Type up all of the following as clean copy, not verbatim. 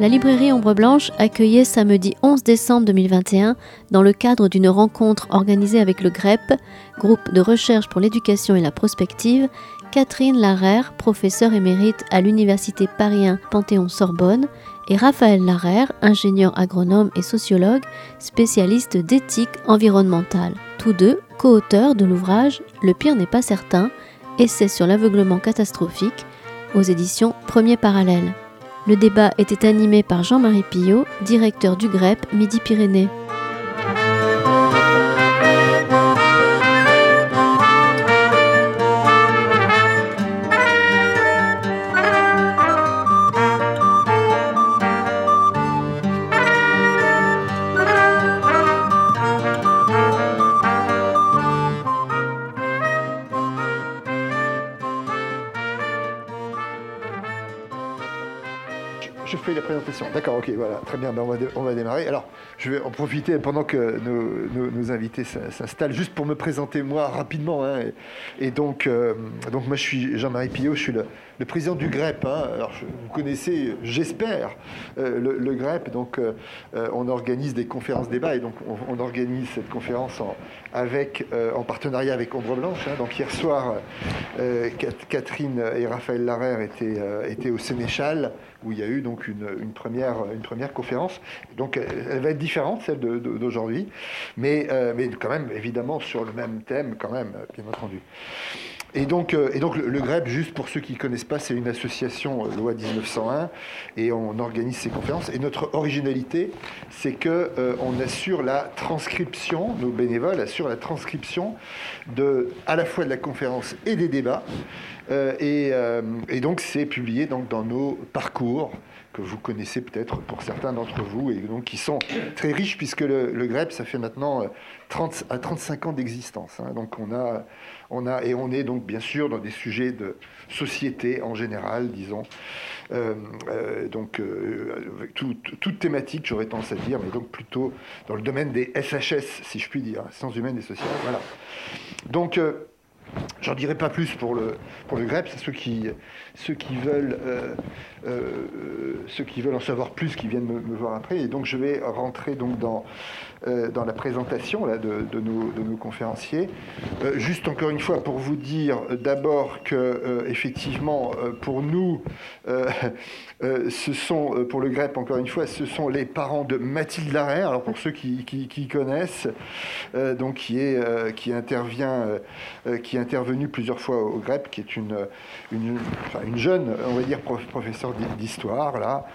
La librairie Ombre Blanche accueillait samedi 11 décembre 2021, dans le cadre d'une rencontre organisée avec le GREP, groupe de recherche pour l'éducation et la prospective, Catherine Larère, professeure émérite à l'Université Paris 1 Panthéon-Sorbonne, et Raphaël Larère, ingénieur agronome et sociologue, spécialiste d'éthique environnementale. Tous deux, co-auteurs de l'ouvrage « Le pire n'est pas certain », essai sur l'aveuglement catastrophique, aux éditions Premier Parallèle. Le débat était animé par Jean-Marie Pillot, directeur du GREP Midi-Pyrénées. Je fais la présentation. D'accord, ok, voilà, très bien, on va démarrer. Alors, je vais en profiter pendant que nos invités s'installent, juste pour me présenter moi rapidement. Hein, et donc, moi, je suis Jean-Marie Pillot, je suis le président du GREP. Hein. Alors, vous connaissez, j'espère, le GREP. Donc, on organise des conférences-débats, et donc on organise cette conférence en partenariat avec Ombre Blanche. Hein. Donc, hier soir, Catherine et Raphaël Larère étaient au Sénéchal, où il y a eu donc une première conférence. Donc elle va être différente, celle d'aujourd'hui, mais quand même, évidemment, sur le même thème, quand même, bien entendu. Et donc le GREP, juste pour ceux qui ne connaissent pas, c'est une association loi 1901, et on organise ces conférences. Et notre originalité, c'est qu'on assure la transcription, nos bénévoles assurent la transcription à la fois de la conférence et des débats. Et donc c'est publié donc dans nos parcours que vous connaissez peut-être pour certains d'entre vous, et donc qui sont très riches, puisque le GREP, ça fait maintenant 30 à 35 ans d'existence. Hein. Donc on est donc bien sûr dans des sujets de société en général, disons, toute thématique, j'aurais tendance à dire, mais donc plutôt dans le domaine des SHS, si je puis dire, sciences humaines et sociales. Voilà. Donc j'en dirai pas plus pour le GREP, c'est ceux qui veulent en savoir plus, qui viennent me voir après. Et donc je vais rentrer donc dans la présentation là, de nos conférenciers. Juste encore une fois pour vous dire d'abord que effectivement pour nous, ce sont pour le GREP encore une fois, ce sont les parents de Mathilde Larère. Alors pour ceux qui connaissent, donc qui est intervenue plusieurs fois au GREP, qui est une jeune, on va dire, professeure d'histoire là.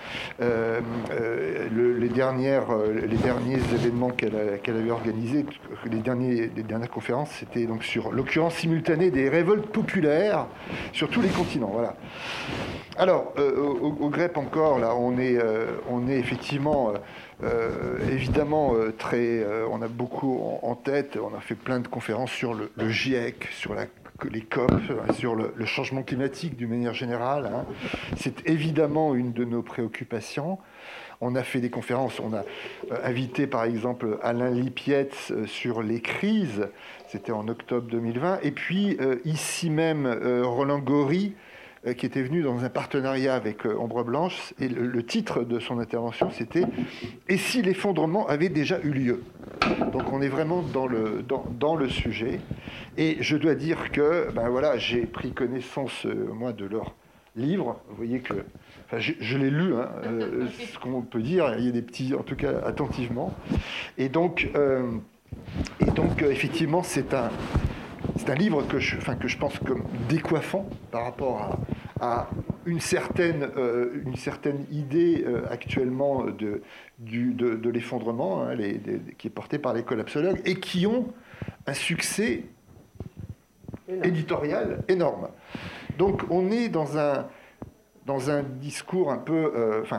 Les derniers événements qu'elle avait organisés, les dernières conférences, c'était donc sur l'occurrence simultanée des révoltes populaires sur tous les continents. Voilà. Alors au GREP encore là, on est effectivement évidemment on a beaucoup en tête. On a fait plein de conférences sur le GIEC, sur les COP, sur le changement climatique d'une manière générale. Hein. C'est évidemment une de nos préoccupations. On a fait des conférences, on a invité par exemple Alain Lipietz sur les crises, c'était en octobre 2020, et puis ici même Roland Gori, qui était venu dans un partenariat avec Ombre Blanche, et le titre de son intervention c'était « Et si l'effondrement avait déjà eu lieu ?» Donc on est vraiment dans le sujet, et je dois dire que j'ai pris connaissance moi de leur livre. Vous voyez que je l'ai lu, hein, ce qu'on peut dire, il y a des petits, en tout cas attentivement, et donc effectivement c'est un livre que je pense comme décoiffant par rapport à une certaine idée actuellement de l'effondrement, hein, qui est portée par les collapsologues, et qui ont un succès éditorial énorme. Donc on est dans un discours un peu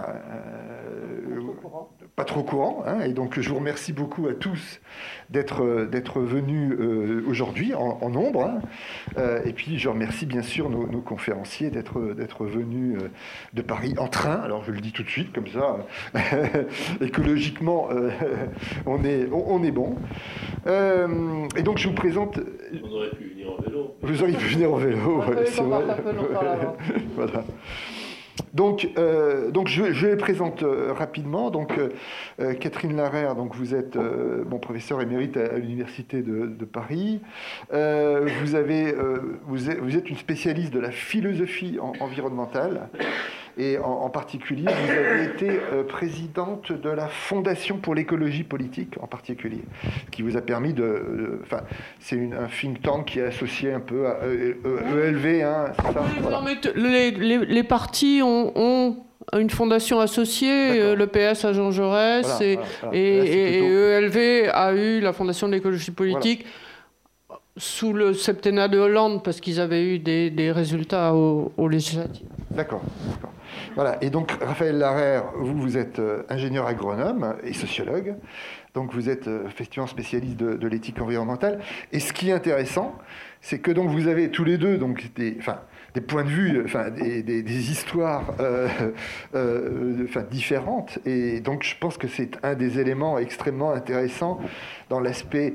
pas trop courant, hein, et donc je vous remercie beaucoup à tous d'être venus aujourd'hui en nombre, hein, et puis je remercie bien sûr nos conférenciers d'être venus de Paris en train. Alors je le dis tout de suite comme ça, écologiquement on est bon, et donc je vous présente. On aurait pu venir en vélo. Vous auriez pu venir en vélo, ouais, c'est vrai. Voilà. Donc je les présente rapidement. Donc, Catherine Larère, donc vous êtes professeur émérite à l'Université de Paris. Vous êtes une spécialiste de la philosophie environnementale. Et en particulier, vous avez été présidente de la Fondation pour l'écologie politique, en particulier, qui vous a permis c'est un think tank qui est associé un peu à ELV, hein, c'est ça, oui, voilà. Non, mais les partis ont une fondation associée, le PS à Jean Jaurès, voilà. Et ELV a eu la Fondation de l'écologie politique. Voilà. Sous le septennat de Hollande, parce qu'ils avaient eu des résultats aux législatives. D'accord. Voilà. Et donc, Raphaël Larère, vous êtes ingénieur agronome et sociologue. Donc, vous êtes effectivement spécialiste de l'éthique environnementale. Et ce qui est intéressant, c'est que donc, vous avez tous les deux donc, des points de vue, des histoires différentes. Et donc, je pense que c'est un des éléments extrêmement intéressants dans l'aspect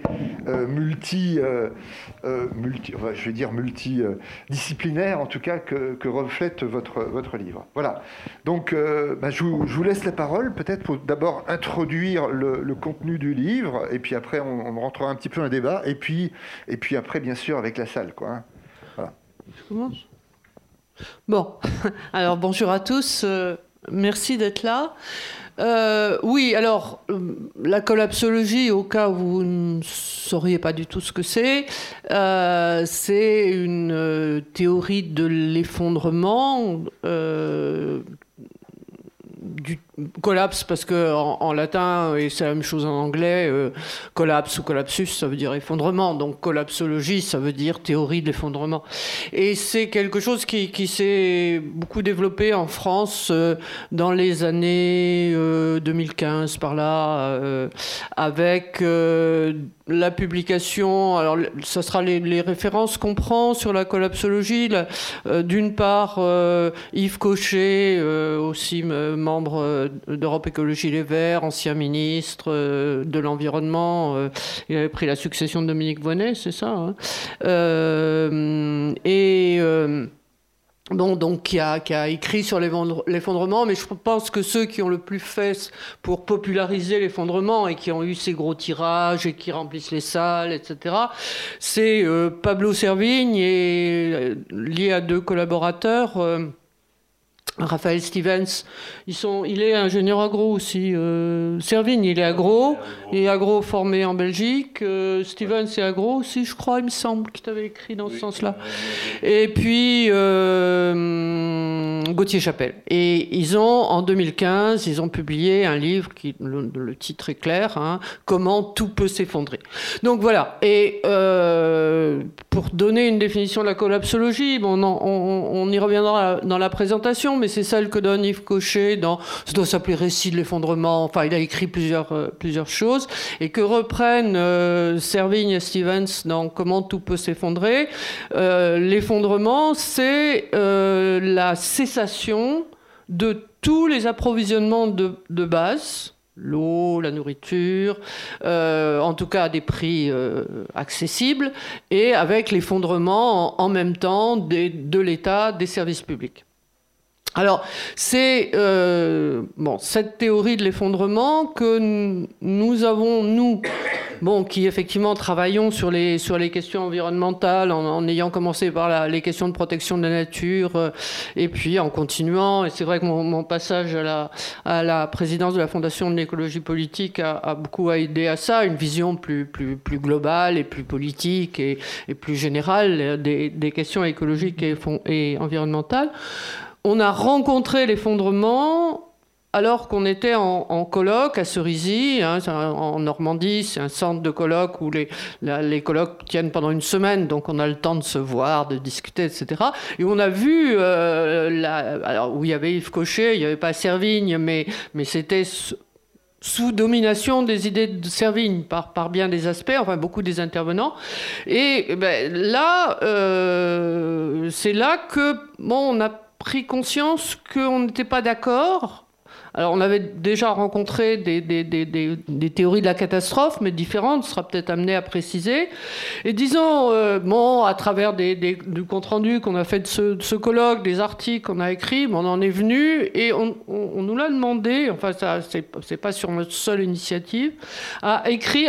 multidisciplinaire, en tout cas, que reflète votre livre. Voilà. Donc, je vous laisse la parole, peut-être pour d'abord introduire le contenu du livre, et puis après, on rentrera un petit peu dans un débat, et puis après, bien sûr, avec la salle, quoi. Hein. Voilà. Je commence ? Bon, alors bonjour à tous, merci d'être là. Oui, alors, la collapsologie, au cas où vous ne sauriez pas du tout ce que c'est une théorie de l'effondrement du collapse, parce que en latin, et c'est la même chose en anglais, collapse ou collapsus, ça veut dire effondrement. Donc collapsologie, ça veut dire théorie de l'effondrement. Et c'est quelque chose qui s'est beaucoup développé en France dans les années 2015, par là, avec la publication, alors ça sera les références qu'on prend sur la collapsologie, d'une part Yves Cochet, aussi membre d'Europe Écologie Les Verts, ancien ministre de l'Environnement, il avait pris la succession de Dominique Voynet, c'est ça, hein, donc qui a écrit sur l'effondrement, mais je pense que ceux qui ont le plus fait pour populariser l'effondrement et qui ont eu ces gros tirages et qui remplissent les salles, etc., c'est Pablo Servigne et lié à deux collaborateurs, Raphaël Stevens. Il est ingénieur agro aussi. Servigne, il est agro. Il est agro formé en Belgique. Stevens est agro aussi, je crois, il me semble qu'il t'avait écrit dans ce sens-là. Et puis Gauthier Chapelle. Et ils ont, en 2015, ils ont publié un livre qui, le titre est clair, hein, Comment tout peut s'effondrer. Donc voilà. Et pour donner une définition de la collapsologie, on y reviendra dans la présentation, mais c'est celle que donne Yves Cochet ça doit s'appeler Récit de l'effondrement, enfin il a écrit plusieurs choses, et que reprennent Servigne et Stevens dans Comment tout peut s'effondrer. L'effondrement, c'est la cessation de tous les approvisionnements de base, l'eau, la nourriture, en tout cas à des prix accessibles, et avec l'effondrement en même temps de l'État, des services publics. Alors, c'est cette théorie de l'effondrement que nous avons, qui effectivement travaillons sur les questions environnementales, en ayant commencé par les questions de protection de la nature, et puis en continuant. Et c'est vrai que mon passage à la présidence de la Fondation de l'écologie politique a beaucoup aidé à ça, une vision plus globale et plus politique et plus générale des questions écologiques et environnementales. On a rencontré l'effondrement alors qu'on était en colloque à Cerisy, hein, en Normandie. C'est un centre de colloque où les colloques tiennent pendant une semaine, donc on a le temps de se voir, de discuter, etc. Et on a vu, alors où il y avait Yves Cochet, il n'y avait pas Servigne, mais c'était sous domination des idées de Servigne par bien des aspects, enfin beaucoup des intervenants. Et là, c'est là que on a pris conscience qu'on n'était pas d'accord Alors, on avait déjà rencontré des théories de la catastrophe, mais différentes, ce sera peut-être amené à préciser. Et disons, à travers du compte-rendu qu'on a fait de ce colloque, des articles qu'on a écrits, on en est venu et on nous l'a demandé, enfin, ça, c'est pas sur notre seule initiative, à écrire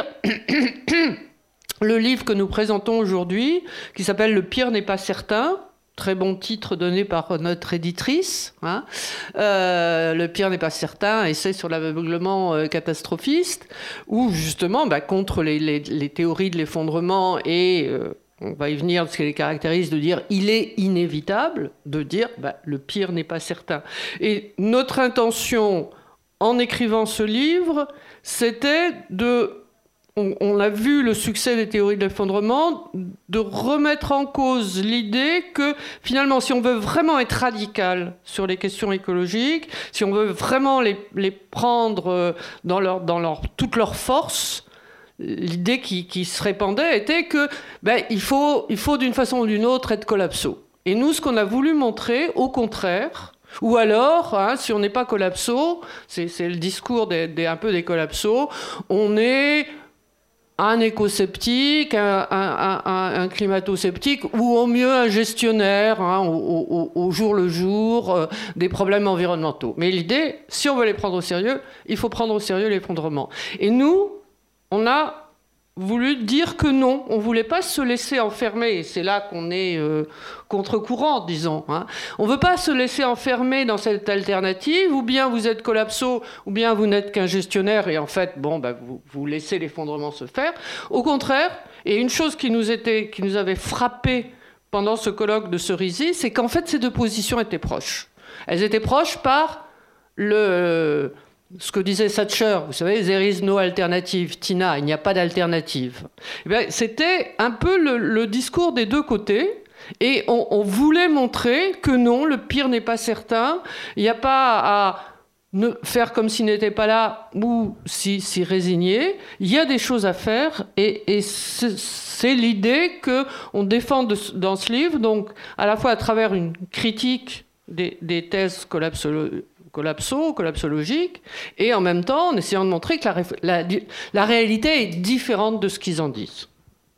le livre que nous présentons aujourd'hui, qui s'appelle « Le pire n'est pas certain ». Très bon titre donné par notre éditrice. Hein. Le pire n'est pas certain, essai sur l'aveuglement catastrophiste, où justement, contre les théories de l'effondrement et on va y venir, ce qui les caractérise, de dire il est inévitable, de dire le pire n'est pas certain. Et notre intention en écrivant ce livre, c'était de... On a vu le succès des théories de l'effondrement, de remettre en cause l'idée que finalement, si on veut vraiment être radical sur les questions écologiques, si on veut vraiment les prendre dans toute leur force, l'idée qui se répandait était que il faut d'une façon ou d'une autre être collapso. Et nous, ce qu'on a voulu montrer, au contraire, ou alors, si on n'est pas collapso, c'est le discours un peu des collapsos, on est un éco-sceptique, un climato-sceptique, ou au mieux un gestionnaire, au jour le jour, des problèmes environnementaux. Mais l'idée, si on veut les prendre au sérieux, il faut prendre au sérieux l'effondrement. Et nous, on a voulu dire que non, on ne voulait pas se laisser enfermer, et c'est là qu'on est contre-courant, disons. On ne veut pas se laisser enfermer dans cette alternative, ou bien vous êtes collapso, ou bien vous n'êtes qu'un gestionnaire, et en fait, vous laissez l'effondrement se faire. Au contraire, et une chose qui nous avait frappé pendant ce colloque de Cerisy, c'est qu'en fait, ces deux positions étaient proches. Elles étaient proches par ce que disait Thatcher, vous savez, there is no alternative, Tina, il n'y a pas d'alternative. C'était un peu le discours des deux côtés, et on voulait montrer que non, le pire n'est pas certain, il n'y a pas à faire comme s'il n'était pas là ou s'y résigner, il y a des choses à faire, et c'est l'idée qu'on défend dans ce livre, donc à la fois à travers une critique des thèses collapsologiques, et en même temps en essayant de montrer que la réalité est différente de ce qu'ils en disent.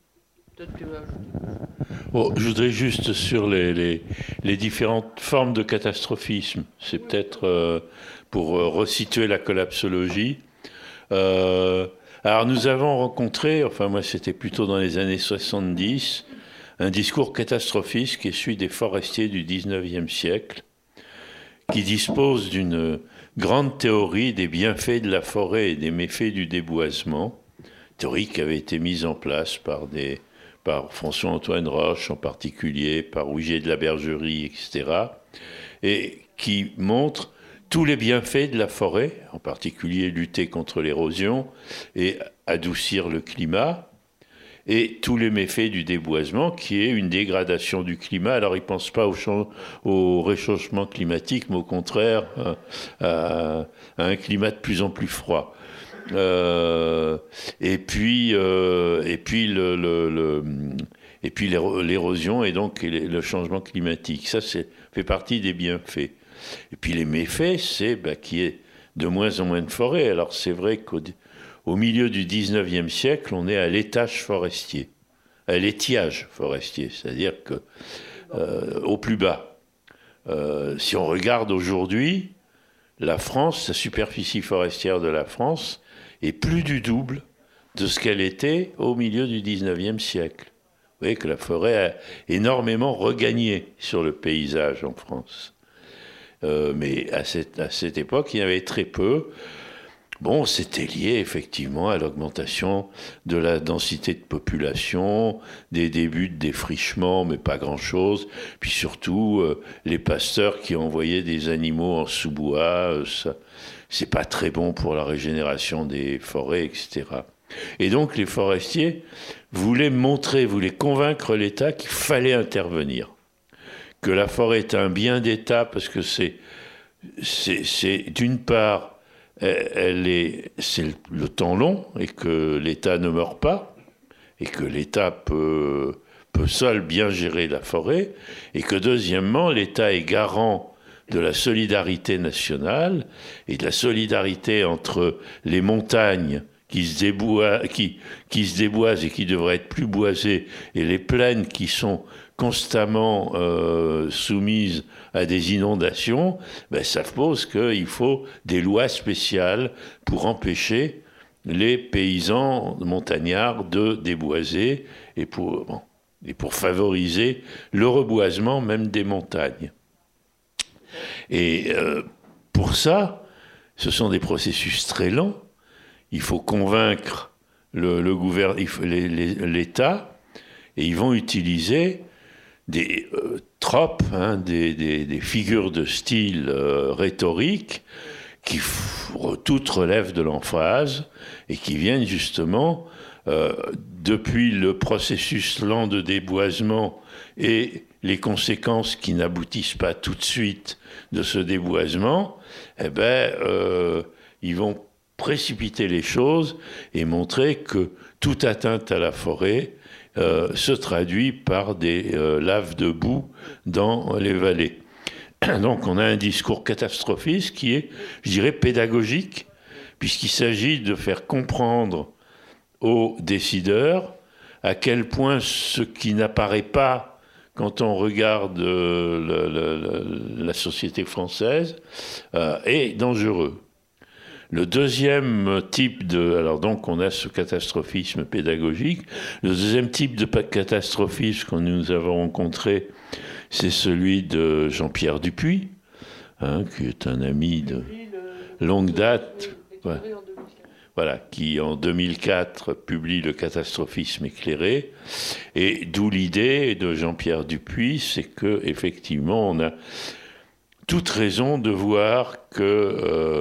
Je voudrais juste sur les différentes formes de catastrophisme, c'est peut-être pour resituer la collapsologie. Alors nous avons rencontré, enfin moi c'était plutôt dans les années 70, un discours catastrophiste qui est celui des forestiers du 19e siècle, qui dispose d'une grande théorie des bienfaits de la forêt et des méfaits du déboisement, théorie qui avait été mise en place par François-Antoine Roche en particulier, par Ougier de la Bergerie, etc., et qui montre tous les bienfaits de la forêt, en particulier lutter contre l'érosion et adoucir le climat, et tous les méfaits du déboisement, qui est une dégradation du climat. Alors, ils ne pensent pas au réchauffement climatique, mais au contraire à un climat de plus en plus froid. Et puis l'érosion et donc le changement climatique. Ça, fait partie des bienfaits. Et puis les méfaits, c'est qu'il y ait de moins en moins de forêts. Alors, c'est vrai qu'au milieu du 19e siècle, on est à l'étage forestier, à l'étiage forestier, c'est-à-dire au plus bas. Si on regarde aujourd'hui, la France, la superficie forestière de la France est plus du double de ce qu'elle était au milieu du 19e siècle. Vous voyez que la forêt a énormément regagné sur le paysage en France. Mais à cette époque, il y en avait très peu. Bon, c'était lié effectivement à l'augmentation de la densité de population, des débuts de défrichement, mais pas grand-chose. Puis surtout, les pasteurs qui envoyaient des animaux en sous-bois, c'est pas très bon pour la régénération des forêts, etc. Et donc les forestiers voulaient convaincre l'État qu'il fallait intervenir, que la forêt est un bien d'État parce que c'est d'une part c'est le temps long et que l'État ne meurt pas et que l'État peut seul bien gérer la forêt et que deuxièmement l'État est garant de la solidarité nationale et de la solidarité entre les montagnes qui se déboisent et qui devraient être plus boisées, et les plaines qui sont constamment soumises à des inondations, ben, ça pose qu'il faut des lois spéciales pour empêcher les paysans montagnards de déboiser et pour favoriser le reboisement même des montagnes. Et pour ça, ce sont des processus très lents. Il faut convaincre l'État, et ils vont utiliser des tropes, des figures de style rhétorique qui toutes relèvent de l'emphase et qui viennent justement depuis le processus lent de déboisement et les conséquences qui n'aboutissent pas tout de suite de ce déboisement, ils vont précipiter les choses et montrer que toute atteinte à la forêt se traduit par des laves de boue dans les vallées. Donc on a un discours catastrophiste qui est, je dirais, pédagogique, puisqu'il s'agit de faire comprendre aux décideurs à quel point ce qui n'apparaît pas quand on regarde la société française est dangereux. Le deuxième type alors donc on a ce catastrophisme pédagogique. Le deuxième type de catastrophisme que nous avons rencontré, c'est celui de Jean-Pierre Dupuy, qui est un ami de longue date, voilà, qui en 2004 publie Le catastrophisme éclairé. Et d'où l'idée de Jean-Pierre Dupuy, c'est que effectivement on a toute raison de voir que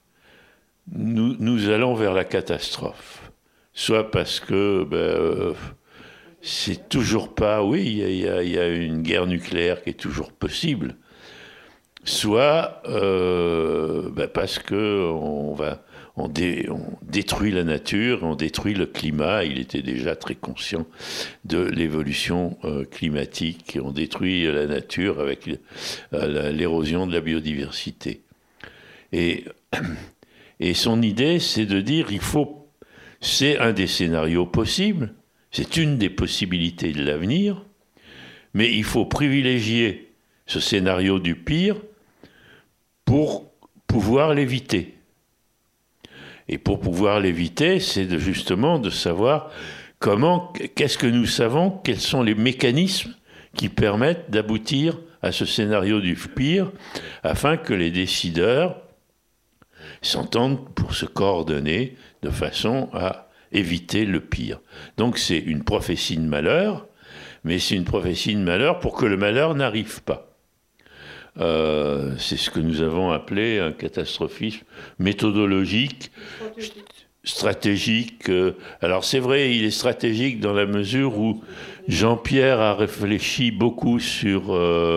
nous allons vers la catastrophe. Soit parce que c'est toujours pas... Oui, il y a une guerre nucléaire qui est toujours possible. Soit parce que on détruit la nature, on détruit le climat. Il était déjà très conscient de l'évolution climatique. On détruit la nature avec l'érosion de la biodiversité. Et son idée, c'est de dire, c'est un des scénarios possibles, c'est une des possibilités de l'avenir, mais il faut privilégier ce scénario du pire pour pouvoir l'éviter. Et pour pouvoir l'éviter, c'est justement de savoir qu'est-ce que nous savons, quels sont les mécanismes qui permettent d'aboutir à ce scénario du pire, afin que les décideurs s'entendent pour se coordonner de façon à éviter le pire. Donc c'est une prophétie de malheur, mais c'est une prophétie de malheur pour que le malheur n'arrive pas. C'est ce que nous avons appelé un catastrophisme méthodologique, stratégique. Alors c'est vrai, il est stratégique dans la mesure où Jean-Pierre a réfléchi beaucoup sur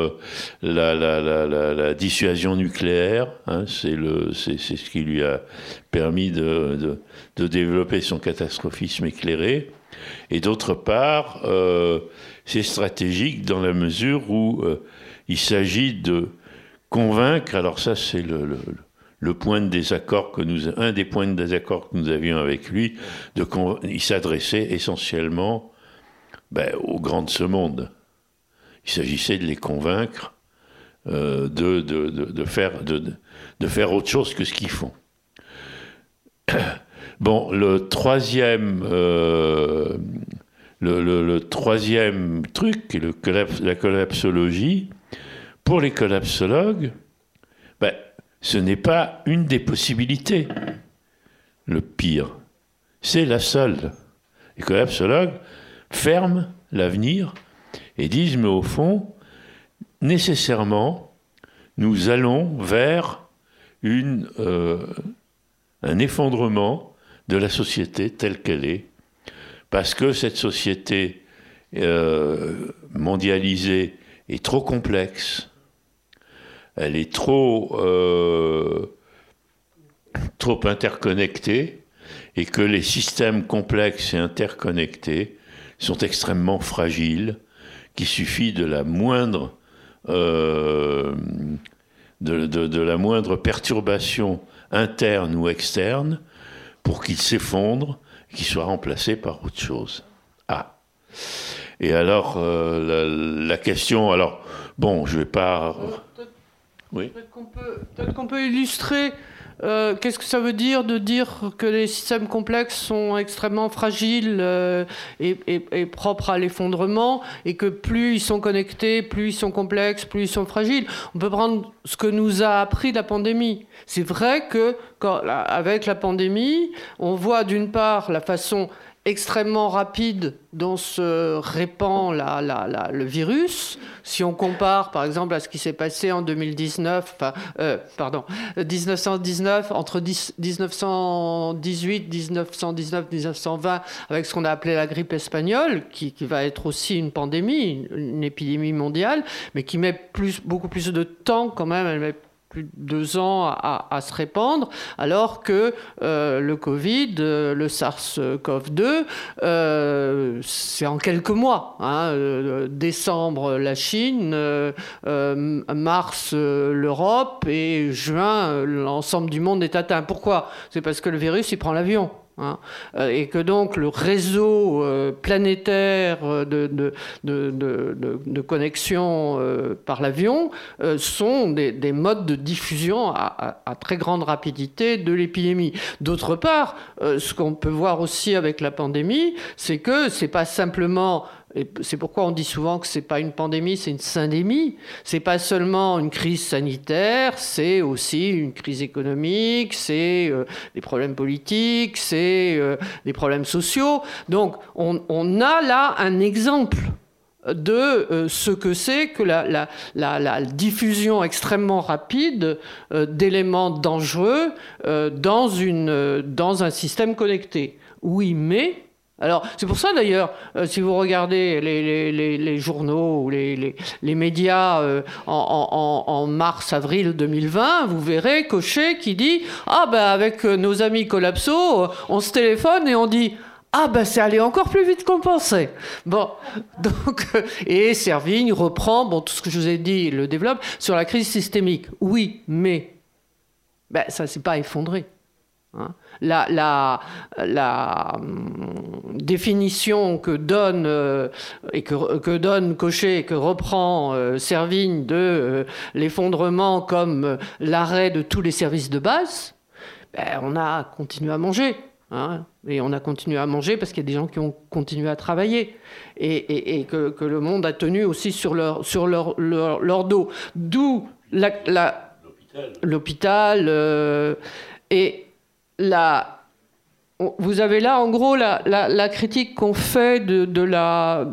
la dissuasion nucléaire. C'est ce qui lui a permis de développer son catastrophisme éclairé. Et d'autre part, c'est stratégique dans la mesure où il s'agit de convaincre. Alors ça, c'est le point de désaccord un des points de désaccord que nous avions avec lui. Il s'adressait essentiellement aux grands de ce monde. Il s'agissait de les convaincre de faire autre chose que ce qu'ils font. Bon, le troisième truc, la collapsologie, pour les collapsologues, ce n'est pas une des possibilités. Le pire, c'est la seule. Les collapsologues ferment l'avenir et disent, mais au fond, nécessairement, nous allons vers un effondrement de la société telle qu'elle est, parce que cette société mondialisée est trop complexe, elle est trop interconnectée, et que les systèmes complexes et interconnectés sont extrêmement fragiles, qu'il suffit de la moindre de la moindre perturbation interne ou externe pour qu'il s'effondre, qu'il soit remplacé par autre chose. Ah. Et alors, la question... Alors, bon, je ne vais pas... Oui. Peut-être qu'on peut illustrer qu'est-ce que ça veut dire de dire que les systèmes complexes sont extrêmement fragiles et propres à l'effondrement, et que plus ils sont connectés, plus ils sont complexes, plus ils sont fragiles. On peut prendre ce que nous a appris la pandémie. C'est vrai que avec la pandémie, on voit d'une part la façon extrêmement rapide dont se répand le virus. Si on compare, par exemple, à ce qui s'est passé en 1919, entre 1918, 1919, 1920, avec ce qu'on a appelé la grippe espagnole, qui va être aussi une pandémie, une épidémie mondiale, mais qui met beaucoup plus de temps quand même, elle met plus de 2 ans à se répandre, alors que le Covid, le SARS-CoV-2, c'est en quelques mois. Décembre, la Chine, mars, l'Europe, et juin, l'ensemble du monde est atteint. Pourquoi ? C'est parce que le virus, il prend l'avion. Et que donc le réseau planétaire de connexion par l'avion sont des modes de diffusion à très grande rapidité de l'épidémie. D'autre part, ce qu'on peut voir aussi avec la pandémie, c'est que c'est pas simplement... Et c'est pourquoi on dit souvent que c'est pas une pandémie, c'est une syndémie. C'est pas seulement une crise sanitaire, c'est aussi une crise économique, c'est des problèmes politiques, c'est des problèmes sociaux. Donc on a là un exemple de ce que c'est que la diffusion extrêmement rapide d'éléments dangereux dans un système connecté. Oui, mais... Alors, c'est pour ça d'ailleurs, si vous regardez les journaux ou les médias en mars-avril 2020, vous verrez Cochet qui dit « Ah ben avec nos amis Collapso, on se téléphone et on dit « Ah ben c'est allé encore plus vite qu'on pensait ». Bon, donc, et Servigne reprend, tout ce que je vous ai dit, le développe, sur la crise systémique. Oui, mais ça ne s'est pas effondré. La définition que donne que donne Cochet et que reprend Servigne de l'effondrement comme l'arrêt de tous les services de base, on a continué à manger. Et on a continué à manger parce qu'il y a des gens qui ont continué à travailler et que le monde a tenu aussi sur leur dos. D'où l'hôpital et vous avez là, en gros, la critique qu'on fait de la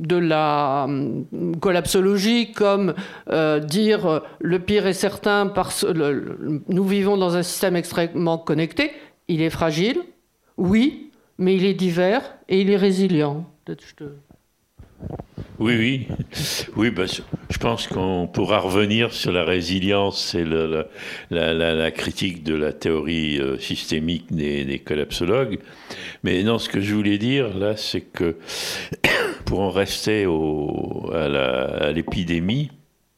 collapsologie comme dire le pire est certain parce nous vivons dans un système extrêmement connecté. Il est fragile, oui, mais il est divers et il est résilient. Peut-être Oui, je pense qu'on pourra revenir sur la résilience et la critique de la théorie systémique des collapsologues. Mais non, ce que je voulais dire, là, c'est que pour en rester à l'épidémie,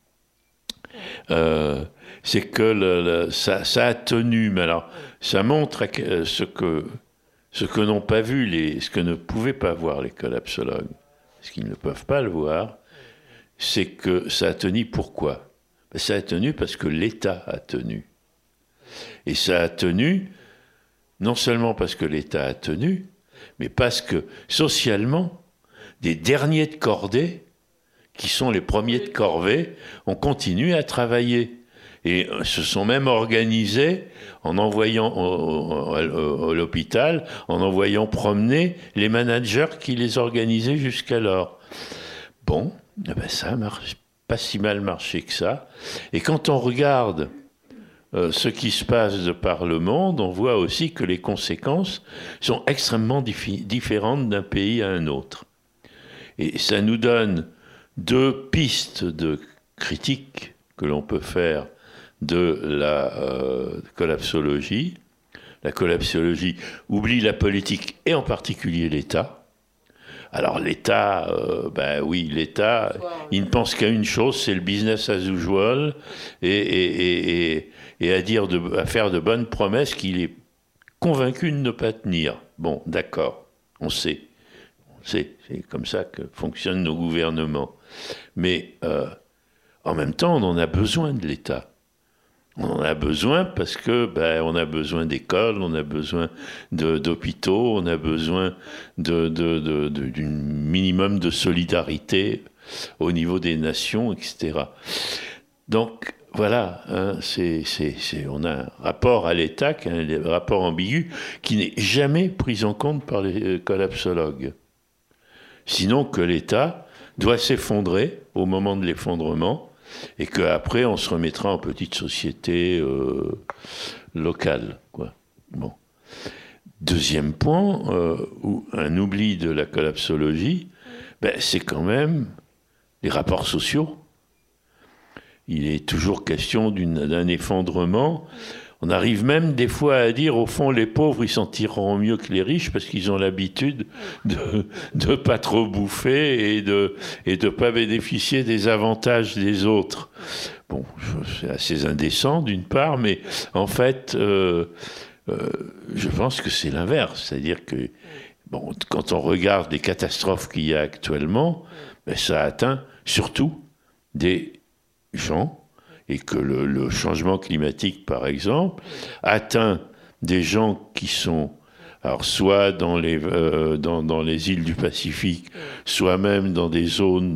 c'est que ça a tenu. Mais alors, ça montre ce que n'ont pas vu, ce que ne pouvaient pas voir les collapsologues. Ce qu'ils ne peuvent pas le voir, c'est que ça a tenu pourquoi ? Ça a tenu parce que l'État a tenu. Et ça a tenu, non seulement parce que l'État a tenu, mais parce que, socialement, des derniers de cordée, qui sont les premiers de corvée, ont continué à travailler. Et se sont même organisés en envoyant à l'hôpital, en envoyant promener les managers qui les organisaient jusqu'alors. Bon, ça marche pas si mal marché que ça. Et quand on regarde ce qui se passe de par le monde, on voit aussi que les conséquences sont extrêmement différentes d'un pays à un autre. Et ça nous donne 2 pistes de critique que l'on peut faire de la collapsologie. La collapsologie oublie la politique et en particulier l'État, Alors l'État, oui, l'État, il ne pense qu'à une chose, c'est le business as usual, et à faire de bonnes promesses qu'il est convaincu de ne pas tenir. Bon, d'accord, on sait, c'est comme ça que fonctionnent nos gouvernements. Mais en même temps, on en a besoin de l'État. On en a besoin parce que on a besoin d'écoles, on a besoin d'hôpitaux, on a besoin d'un minimum de solidarité au niveau des nations, etc. Donc voilà, on a un rapport à l'État, un rapport ambigu, qui n'est jamais pris en compte par les collapsologues. Sinon que l'État doit s'effondrer au moment de l'effondrement, et qu'après, on se remettra en petite société locale, quoi. Bon. Deuxième point, un oubli de la collapsologie, c'est quand même les rapports sociaux. Il est toujours question d'un effondrement. On arrive même des fois à dire, au fond, les pauvres, ils s'en tireront mieux que les riches parce qu'ils ont l'habitude de pas trop bouffer et de pas bénéficier des avantages des autres. Bon, c'est assez indécent d'une part, mais en fait, je pense que c'est l'inverse. C'est-à-dire que, quand on regarde les catastrophes qu'il y a actuellement, ça atteint surtout des gens, et que le changement climatique, par exemple, atteint des gens qui sont, alors soit dans les îles du Pacifique, soit même dans des zones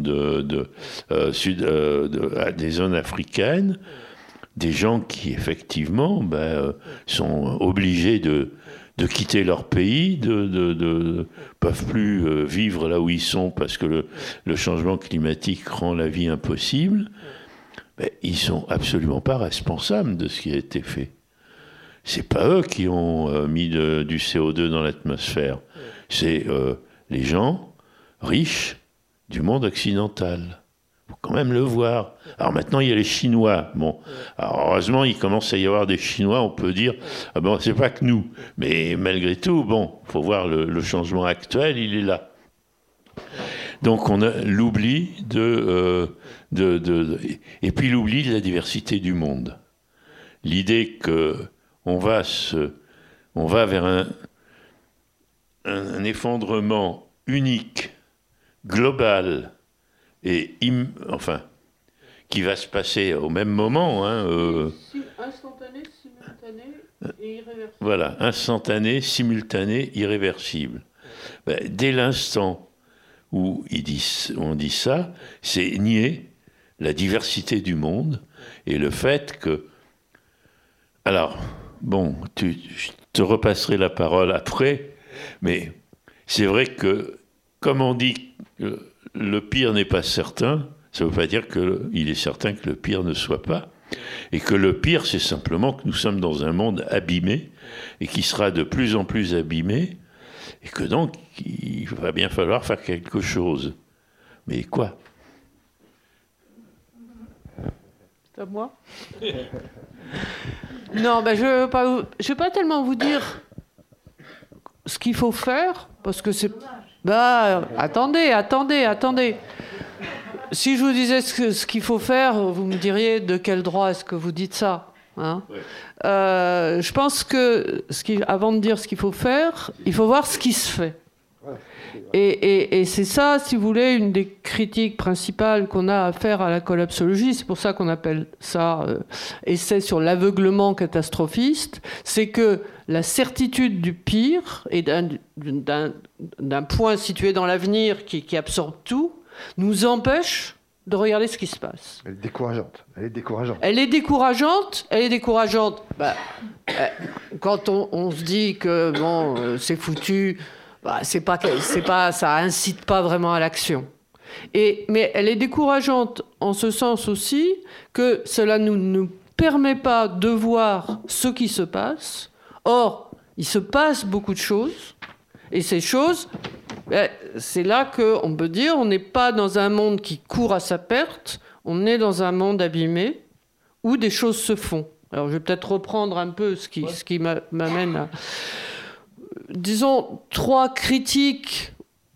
des zones africaines, des gens qui effectivement sont obligés de quitter leur pays, peuvent plus vivre là où ils sont parce que le changement climatique rend la vie impossible. Ils sont absolument pas responsables de ce qui a été fait. C'est pas eux qui ont mis du CO2 dans l'atmosphère. C'est les gens riches du monde occidental. Faut quand même le voir. Alors maintenant, il y a les Chinois. Bon, alors heureusement, il commence à y avoir des Chinois. On peut dire, c'est pas que nous. Mais malgré tout, faut voir le changement actuel, il est là. Donc on a l'oubli et puis l'oubli de la diversité du monde. L'idée que on va vers un effondrement unique, global et qui va se passer au même moment. Instantané, simultané et irréversible. Voilà, instantané, simultané, irréversible. Dès l'instant où on dit ça, c'est nier la diversité du monde et le fait que... Alors, je te repasserai la parole après, mais c'est vrai que, comme on dit que le pire n'est pas certain, ça ne veut pas dire qu'il est certain que le pire ne soit pas, et que le pire, c'est simplement que nous sommes dans un monde abîmé, et qui sera de plus en plus abîmé, et que donc, il va bien falloir faire quelque chose. Mais quoi ? C'est à moi ? Non, je vais pas tellement vous dire ce qu'il faut faire, parce que c'est... Attendez. Si je vous disais ce qu'il faut faire, vous me diriez de quel droit est-ce que vous dites ça, hein ? Ouais. Je pense que avant de dire ce qu'il faut faire, il faut voir ce qui se fait. Et c'est ça, si vous voulez, une des critiques principales qu'on a à faire à la collapsologie. C'est pour ça qu'on appelle ça essai sur l'aveuglement catastrophiste. C'est que la certitude du pire et d'un point situé dans l'avenir qui absorbe tout nous empêche de regarder ce qui se passe. Elle est décourageante. Elle est décourageante. Quand on se dit que c'est foutu, ça incite pas vraiment à l'action. Mais elle est décourageante en ce sens aussi que cela ne nous permet pas de voir ce qui se passe. Or, il se passe beaucoup de choses, et ces choses, c'est là qu'on peut dire on n'est pas dans un monde qui court à sa perte, on est dans un monde abîmé où des choses se font. Alors, je vais peut-être reprendre un peu ce qui m'amène à... Disons, 3 critiques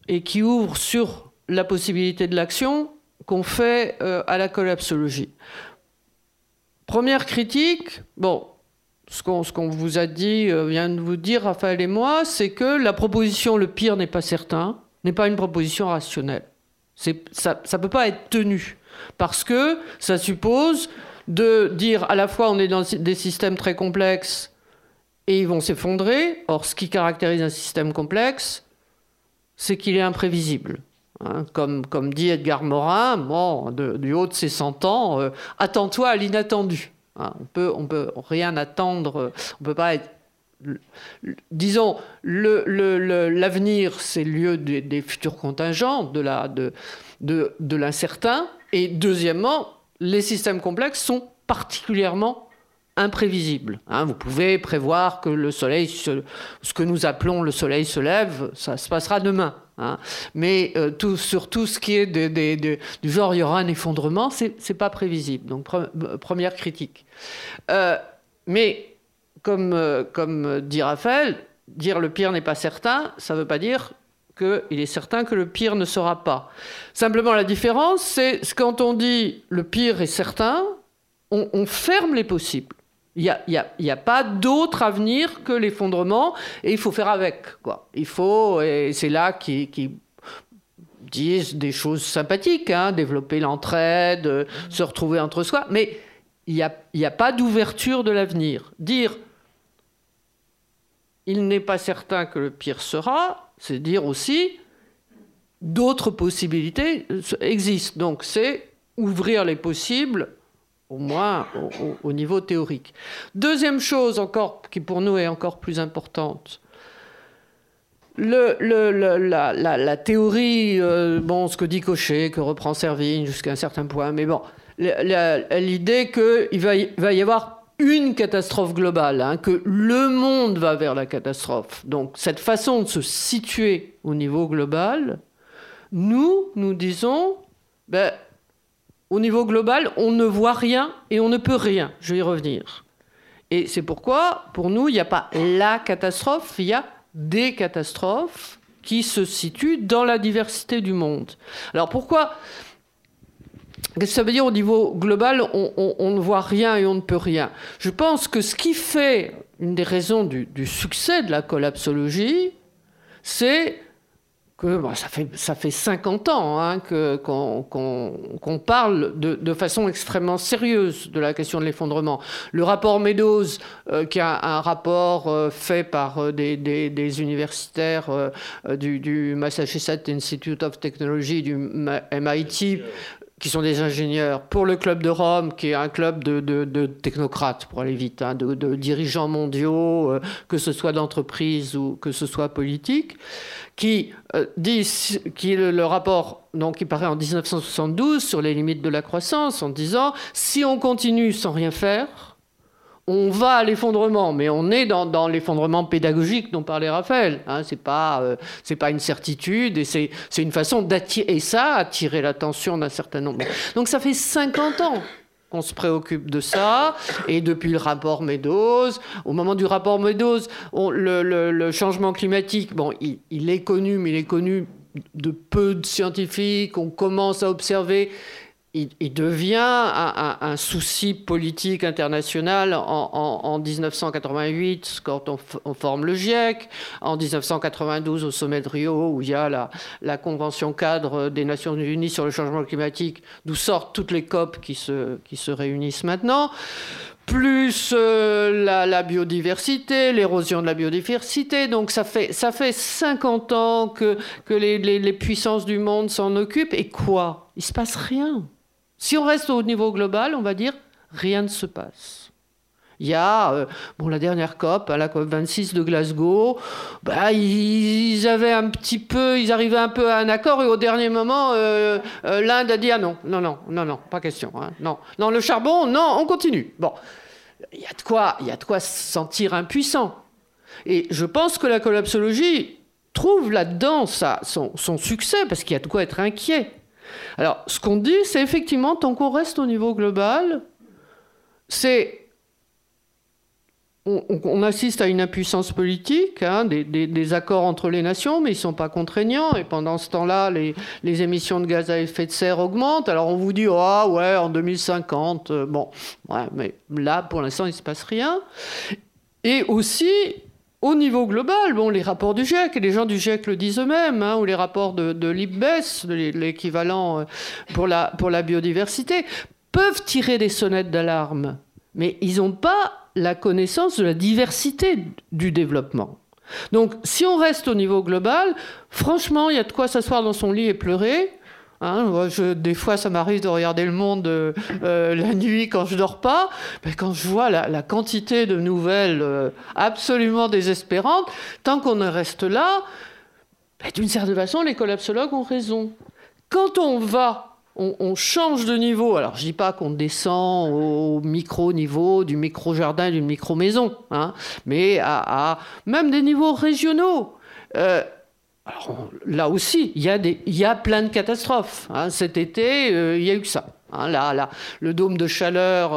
et qui ouvre sur la possibilité de l'action qu'on fait à la collapsologie. Première critique, bon, ce qu'on vous a dit, vient de vous dire, Raphaël et moi, c'est que la proposition « le pire n'est pas certain » n'est pas une proposition rationnelle. Ça ne peut pas être tenu, parce que ça suppose de dire à la fois on est dans des systèmes très complexes et ils vont s'effondrer. Or, ce qui caractérise un système complexe, c'est qu'il est imprévisible. Hein, comme dit Edgar Morin, bon, du haut de ses 100 ans, attends-toi à l'inattendu. Hein, on peut rien attendre, on peut pas être... Disons, l'avenir, c'est le lieu des futurs contingents, de l'incertain. Et deuxièmement, les systèmes complexes sont particulièrement imprévisibles. Hein, vous pouvez prévoir que le soleil, ce que nous appelons le soleil se lève, ça se passera demain. Hein. Mais sur tout ce qui est du genre, il y aura un effondrement, c'est pas prévisible. Donc, première critique. Mais, comme dit Raphaël, dire le pire n'est pas certain, ça ne veut pas dire qu'il est certain que le pire ne sera pas. Simplement, la différence, c'est quand on dit le pire est certain, on ferme les possibles. Il n'y a pas d'autre avenir que l'effondrement, et il faut faire avec, quoi. Il faut, et c'est là qu'ils disent des choses sympathiques, hein, développer l'entraide, se retrouver entre soi, mais il n'y a pas d'ouverture de l'avenir. Dire il n'est pas certain que le pire sera, c'est dire aussi d'autres possibilités existent. Donc c'est ouvrir les possibles, au moins au niveau théorique. Deuxième chose encore, qui pour nous est encore plus importante, la théorie, bon, ce que dit Cochet, que reprend Servigne jusqu'à un certain point, mais bon, l'idée qu'il va y avoir une catastrophe globale, hein, que le monde va vers la catastrophe. Donc cette façon de se situer au niveau global, nous disons, au niveau global, on ne voit rien et on ne peut rien. Je vais y revenir. Et c'est pourquoi, pour nous, il n'y a pas la catastrophe, il y a des catastrophes qui se situent dans la diversité du monde. Alors pourquoi ? Qu'est-ce que ça veut dire au niveau global, on ne voit rien et on ne peut rien ? Je pense que ce qui fait une des raisons du succès de la collapsologie, c'est que ça fait 50 ans hein, qu'on parle de façon extrêmement sérieuse de la question de l'effondrement. Le rapport Meadows, qui est un rapport fait par des universitaires du Massachusetts Institute of Technology, du MIT, qui sont des ingénieurs, pour le Club de Rome, qui est un club de technocrates, pour aller vite, hein, de dirigeants mondiaux, que ce soit d'entreprises ou que ce soit politique, qui dit, le rapport donc, qui paraît en 1972 sur les limites de la croissance, en disant si on continue sans rien faire, on va à l'effondrement, mais on est dans l'effondrement pédagogique dont parlait Raphaël. Hein, c'est pas une certitude, et c'est une façon attirer l'attention d'un certain nombre. Donc ça fait 50 ans qu'on se préoccupe de ça, et depuis le rapport Meadows, au moment du rapport Meadows, le changement climatique, bon, il est connu, mais il est connu de peu de scientifiques, on commence à observer. Il devient un souci politique international en 1988, quand on forme le GIEC, en 1992 au sommet de Rio, où il y a la Convention cadre des Nations Unies sur le changement climatique, d'où sortent toutes les COP qui se réunissent maintenant, plus la biodiversité, l'érosion de la biodiversité. Donc ça fait 50 ans que les puissances du monde s'en occupent. Et quoi ? Il ne se passe rien. Si on reste au niveau global, on va dire rien ne se passe. Il y a la dernière COP, la COP 26 de Glasgow, ils arrivaient un peu à un accord, et au dernier moment, l'Inde a dit ah non, pas question, hein, non, le charbon, non, on continue. Bon, il y a de quoi se sentir impuissant. Et je pense que la collapsologie trouve là-dedans son succès, parce qu'il y a de quoi être inquiet. Alors, ce qu'on dit, c'est effectivement, tant qu'on reste au niveau global, on assiste à une impuissance politique, hein, des accords entre les nations, mais ils ne sont pas contraignants. Et pendant ce temps-là, les émissions de gaz à effet de serre augmentent. Alors on vous dit, ah ouais, en 2050, bon, ouais, mais là, pour l'instant, il ne se passe rien. Et aussi, au niveau global, bon, les rapports du GIEC, et les gens du GIEC le disent eux-mêmes, hein, ou les rapports de l'IPBES, l'équivalent pour la biodiversité, peuvent tirer des sonnettes d'alarme, mais ils n'ont pas la connaissance de la diversité du développement. Donc, si on reste au niveau global, franchement, il y a de quoi s'asseoir dans son lit et pleurer. Hein, des fois, ça m'arrive de regarder Le Monde la nuit quand je dors pas. Mais quand je vois la quantité de nouvelles absolument désespérantes, tant qu'on en reste là, d'une certaine façon, les collapsologues ont raison. Quand on change de niveau. Alors, je ne dis pas qu'on descend au micro-niveau du micro-jardin et d'une micro-maison, hein, mais à même des niveaux régionaux. Alors, là aussi, il y a plein de catastrophes. Hein. Cet été, il y a eu ça. Hein, là, le dôme de chaleur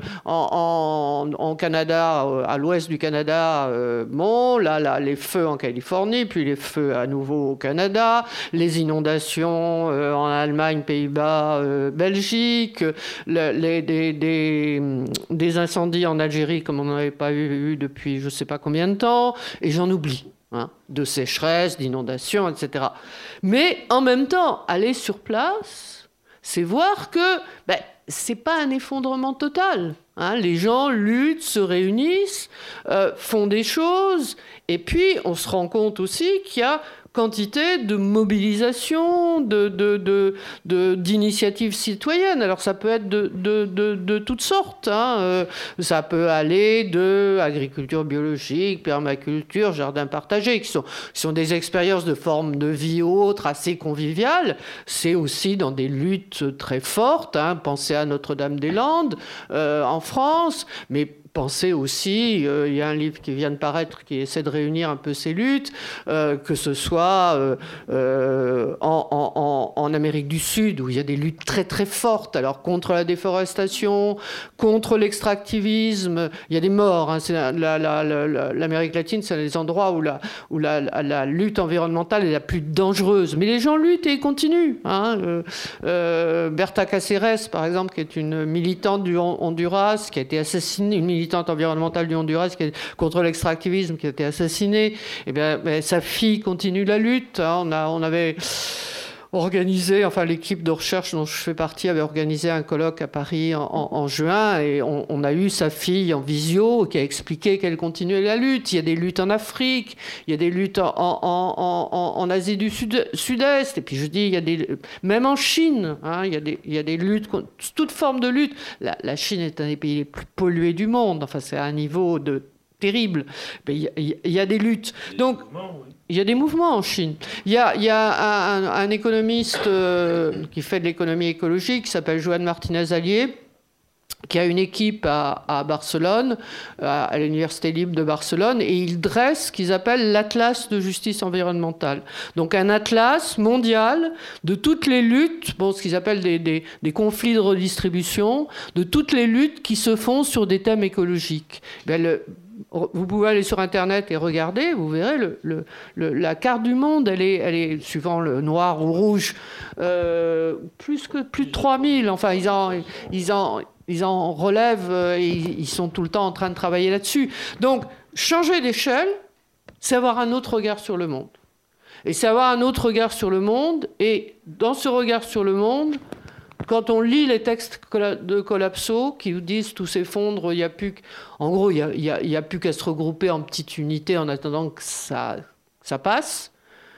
en Canada, à l'ouest du Canada, bon, là, les feux en Californie, puis les feux à nouveau au Canada, les inondations en Allemagne, Pays-Bas, Belgique, des incendies en Algérie comme on n'en avait pas eu depuis je ne sais pas combien de temps, et j'en oublie. Hein, de sécheresse, d'inondations, etc. Mais en même temps, aller sur place, c'est voir que c'est pas un effondrement total. Hein. Les gens luttent, se réunissent, font des choses, et puis on se rend compte aussi qu'il y a quantité de mobilisation, d'initiatives citoyennes. Alors ça peut être de toutes sortes. Hein. Ça peut aller de agriculture biologique, permaculture, jardin partagé, qui sont des expériences de forme de vie autre, assez conviviales. C'est aussi dans des luttes très fortes. Hein. Pensez à Notre-Dame-des-Landes en France, mais pensez aussi, il y a un livre qui vient de paraître qui essaie de réunir un peu ces luttes, que ce soit en Amérique du Sud, où il y a des luttes très très fortes, alors contre la déforestation, contre l'extractivisme, il y a des morts. Hein, l'Amérique latine, c'est des endroits où la lutte environnementale est la plus dangereuse. Mais les gens luttent et ils continuent. Hein. Berta Cáceres, par exemple, qui est une militante du Honduras, qui a été assassinée, une militante environnementale du Honduras contre l'extractivisme qui a été assassinée, et bien, sa fille continue la lutte. Hein. On avait organisé, enfin l'équipe de recherche dont je fais partie avait organisé un colloque à Paris en juin, et on a eu sa fille en visio qui a expliqué qu'elle continuait la lutte. Il y a des luttes en Afrique, il y a des luttes en Asie du Sud-Est, et puis je dis, il y a même en Chine, hein, il y a des luttes, toute forme de lutte. La Chine est un des pays les plus pollués du monde, enfin c'est à un niveau terrible. Mais il y a des luttes. Donc, il y a des mouvements en Chine. Il y a un économiste qui fait de l'économie écologique, qui s'appelle Joan Martinez-Allier, qui a une équipe à Barcelone, à l'Université libre de Barcelone, et il dresse ce qu'ils appellent l'Atlas de justice environnementale. Donc un atlas mondial de toutes les luttes, ce qu'ils appellent des conflits de redistribution, de toutes les luttes qui se font sur des thèmes écologiques. Vous pouvez aller sur Internet et regarder, vous verrez, la carte du monde, elle est suivant le noir ou rouge, plus de 3000. Enfin, ils en relèvent et ils sont tout le temps en train de travailler là-dessus. Donc, changer d'échelle, c'est avoir un autre regard sur le monde. Et c'est avoir un autre regard sur le monde, et dans ce regard sur le monde, quand on lit les textes de Collapso qui nous disent tout s'effondre, il y a plus qu'à se regrouper en petites unités en attendant que ça passe,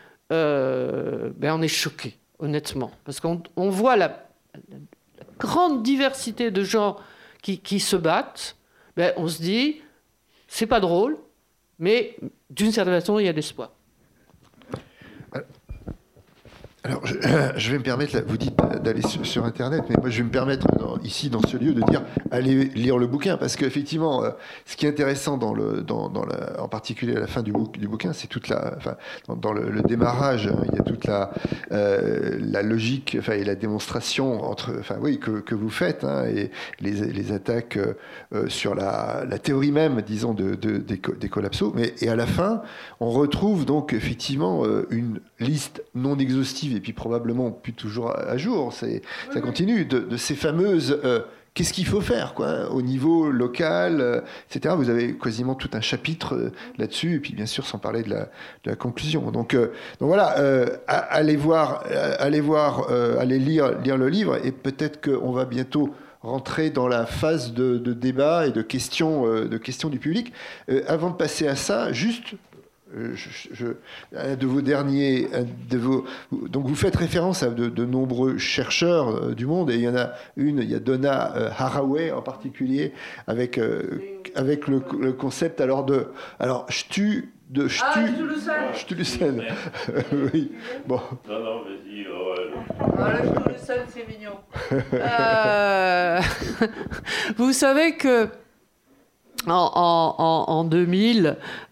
on est choqué, honnêtement. Parce qu'on voit la grande diversité de gens qui se battent. On se dit, c'est pas drôle, mais d'une certaine façon, il y a de l'espoir. Alors, je vais me permettre, là, vous dites d'aller sur Internet, mais moi je vais me permettre ici dans ce lieu de dire allez lire le bouquin, parce qu'effectivement, ce qui est intéressant en particulier à la fin du bouquin, c'est toute dans le démarrage, il y a toute la logique, et la démonstration que vous faites, et les attaques sur la théorie même, disons, des collapsos, et à la fin, on retrouve donc effectivement une liste non exhaustive et puis probablement plus toujours à jour, ça continue, de ces fameuses qu'est-ce qu'il faut faire au niveau local, etc. Vous avez quasiment tout un chapitre là-dessus, et puis bien sûr sans parler de la conclusion. Donc voilà, allez lire le livre, et peut-être qu'on va bientôt rentrer dans la phase de débat et de questions du public. Avant de passer à ça, juste un de vos derniers, donc vous faites référence à de nombreux chercheurs du monde, et il y a Donna Haraway en particulier avec le concept Stulusen. Oui. Bon. Non, vas-y. La Stulusen, c'est mignon. Vous savez que en 2000,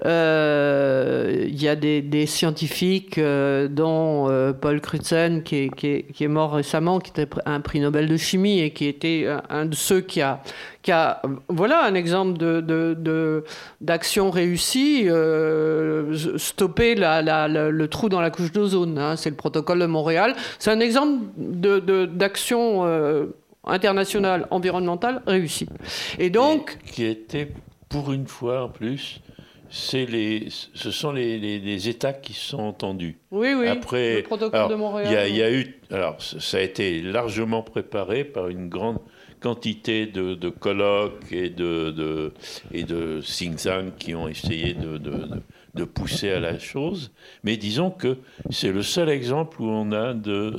il y a des scientifiques, dont Paul Crutzen, qui est mort récemment, qui était un prix Nobel de chimie, et qui était un de ceux qui a voilà un exemple d'action réussie, stopper le trou dans la couche d'ozone, c'est le protocole de Montréal. C'est un exemple d'action internationale environnementale réussie. Et donc, qui était, pour une fois en plus, ce sont les États qui se sont entendus. Oui, après, le protocole de Montréal. Ça a été largement préparé par une grande quantité de colloques et de think tanks qui ont essayé de pousser à la chose. Mais disons que c'est le seul exemple où on a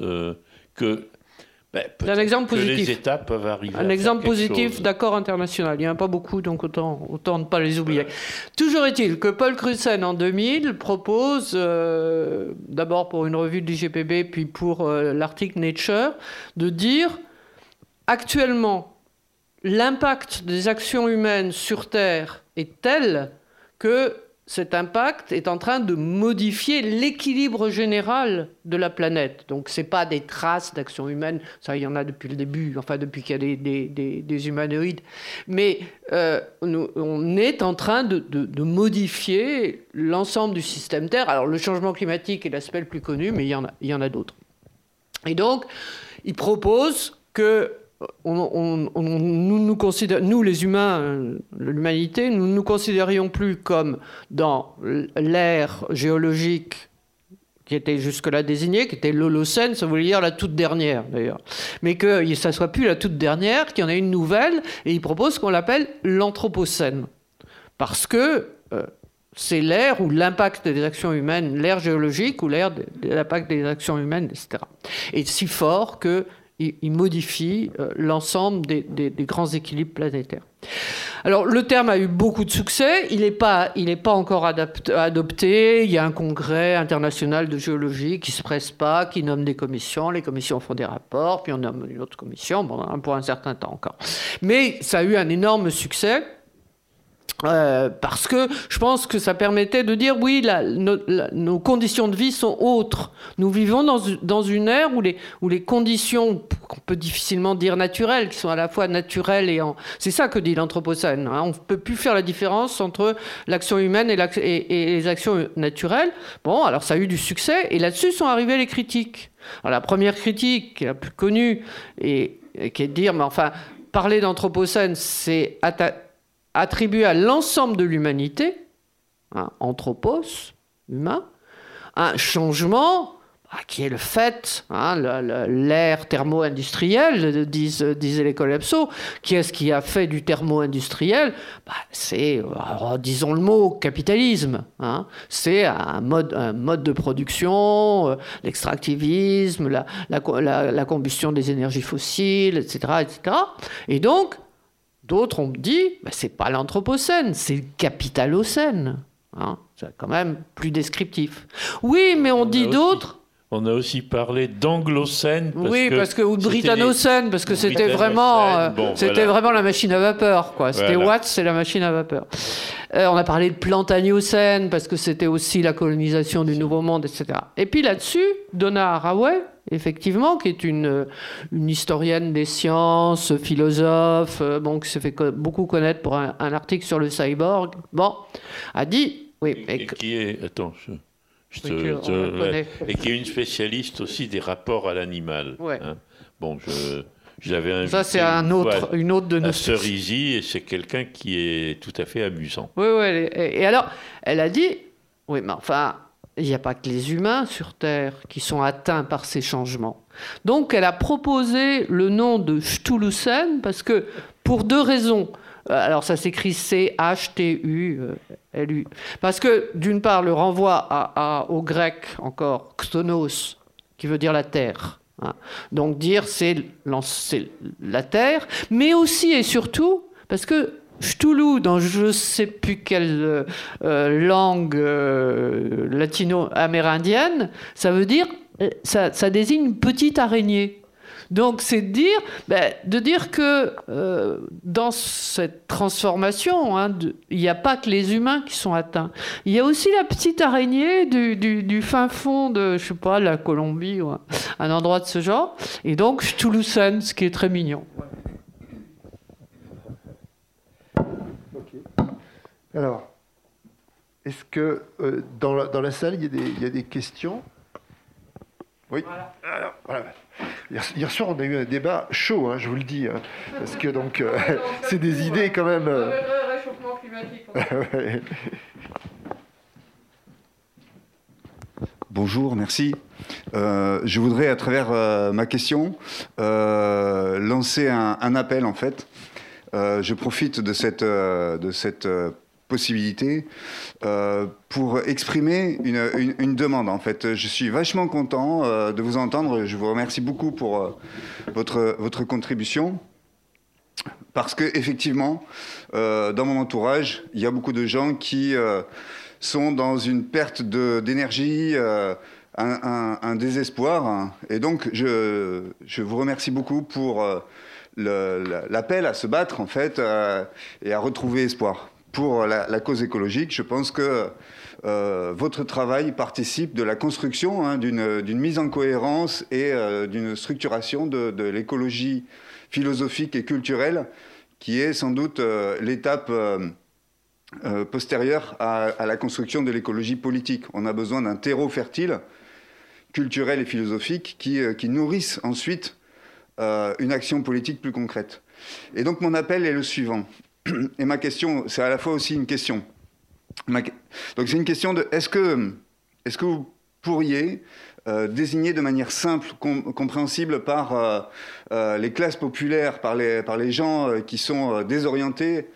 c'est un exemple positif. Les États peuvent arriver un exemple positif d'accord international. Il n'y en a pas beaucoup, donc autant ne pas les oublier. Ouais. Toujours est-il que Paul Crutzen, en 2000, propose, d'abord pour une revue de l'IGPB, puis pour l'article Nature, de dire, actuellement, l'impact des actions humaines sur Terre est tel que cet impact est en train de modifier l'équilibre général de la planète. Donc, ce n'est pas des traces d'action humaine, ça, il y en a depuis le début, depuis qu'il y a des humanoïdes. Mais on est en train de modifier l'ensemble du système Terre. Alors, le changement climatique est l'aspect le plus connu, mais il y en a d'autres. Et donc, il propose que nous les humains, l'humanité, nous ne nous considérions plus comme dans l'ère géologique qui était jusque-là désignée, qui était l'Holocène, ça voulait dire la toute dernière d'ailleurs, mais que ça ne soit plus la toute dernière, qu'il y en ait une nouvelle, et il propose qu'on l'appelle l'Anthropocène, parce que c'est l'ère où l'impact des actions humaines, l'ère géologique, ou l'ère de l'impact des actions humaines, etc., est si fort que il modifie l'ensemble des grands équilibres planétaires. Alors, le terme a eu beaucoup de succès. Il n'est pas encore adopté. Il y a un congrès international de géologie qui ne se presse pas, qui nomme des commissions. Les commissions font des rapports, puis on nomme une autre commission, pour un certain temps encore. Mais ça a eu un énorme succès. Parce que je pense que ça permettait de dire oui, nos conditions de vie sont autres. Nous vivons dans une ère où les conditions qu'on peut difficilement dire naturelles, qui sont à la fois naturelles c'est ça que dit l'Anthropocène. On ne peut plus faire la différence entre l'action humaine et les actions naturelles. Bon, alors ça a eu du succès, et là-dessus sont arrivées les critiques. Alors la première critique, la plus connue, et qui est de dire, parler d'Anthropocène, c'est attribué à l'ensemble de l'humanité, anthropos, humain, un changement qui est le fait, l'ère thermo-industrielle, disaient les collapsos. Qui est-ce qui a fait du thermo-industriel ? C'est, disons le mot, capitalisme. C'est un mode de production, l'extractivisme, la combustion des énergies fossiles, etc., etc. Et donc, d'autres ont dit, c'est pas l'Anthropocène, c'est le Capitalocène. C'est quand même plus descriptif. Oui, mais on dit d'autres. On a aussi parlé d'anglocène. Parce que ou de britanocène, parce que c'était vraiment, vraiment la machine à vapeur, quoi. C'était Watts, c'est la machine à vapeur. On a parlé de plantaniocène, parce que c'était aussi la colonisation du Nouveau Monde, etc. Et puis là-dessus, Donna Haraway, effectivement, qui est une historienne des sciences, philosophe, qui se fait beaucoup connaître pour un article sur le cyborg, a dit... Oui, et qui est... Attends, et qui est une spécialiste aussi des rapports à l'animal. Ouais. Hein. Je l'avais invité. Ça, c'est une autre de nos Cerisy, et c'est quelqu'un qui est tout à fait amusant. Oui. Et alors, elle a dit, oui, mais enfin, il n'y a pas que les humains sur Terre qui sont atteints par ces changements. Donc, elle a proposé le nom de Cthulhucène parce que, pour deux raisons. Alors, ça s'écrit Chthulu. Parce que, d'une part, le renvoi au grec, encore, Ktonos, qui veut dire la terre. Hein. Donc, dire c'est la terre, mais aussi et surtout, parce que Cthulhu, dans je ne sais plus quelle langue latino-amérindienne, ça veut dire, ça désigne une petite araignée. Donc, c'est de dire que dans cette transformation, il n'y a pas que les humains qui sont atteints. Il y a aussi la petite araignée du fin fond de, je sais pas, la Colombie ou un endroit de ce genre. Et donc, Cthulhucène, ce qui est très mignon. Okay. Alors, est-ce que dans la salle, il y a des questions ? Oui. Voilà. Hier soir, on a eu un débat chaud, je vous le dis, parce que donc c'est des idées quand même. Réchauffement climatique. Ouais. Bonjour, merci. Je voudrais, à travers ma question, lancer un appel en fait. Je profite de cette possibilité pour exprimer une demande en fait. Je suis vachement content de vous entendre. Je vous remercie beaucoup pour votre contribution parce que effectivement dans mon entourage il y a beaucoup de gens qui sont dans une perte d'énergie, un désespoir, et donc je vous remercie beaucoup pour l'appel à se battre en fait et à retrouver espoir. Pour la cause écologique, je pense que votre travail participe de la construction d'une mise en cohérence et d'une structuration de l'écologie philosophique et culturelle qui est sans doute l'étape postérieure à la construction de l'écologie politique. On a besoin d'un terreau fertile, culturel et philosophique qui nourrisse ensuite une action politique plus concrète. Et donc mon appel est le suivant. Et ma question, c'est à la fois aussi une question. Donc c'est une question de est-ce que vous pourriez désigner de manière simple, compréhensible par les classes populaires, par les gens qui sont désorientés,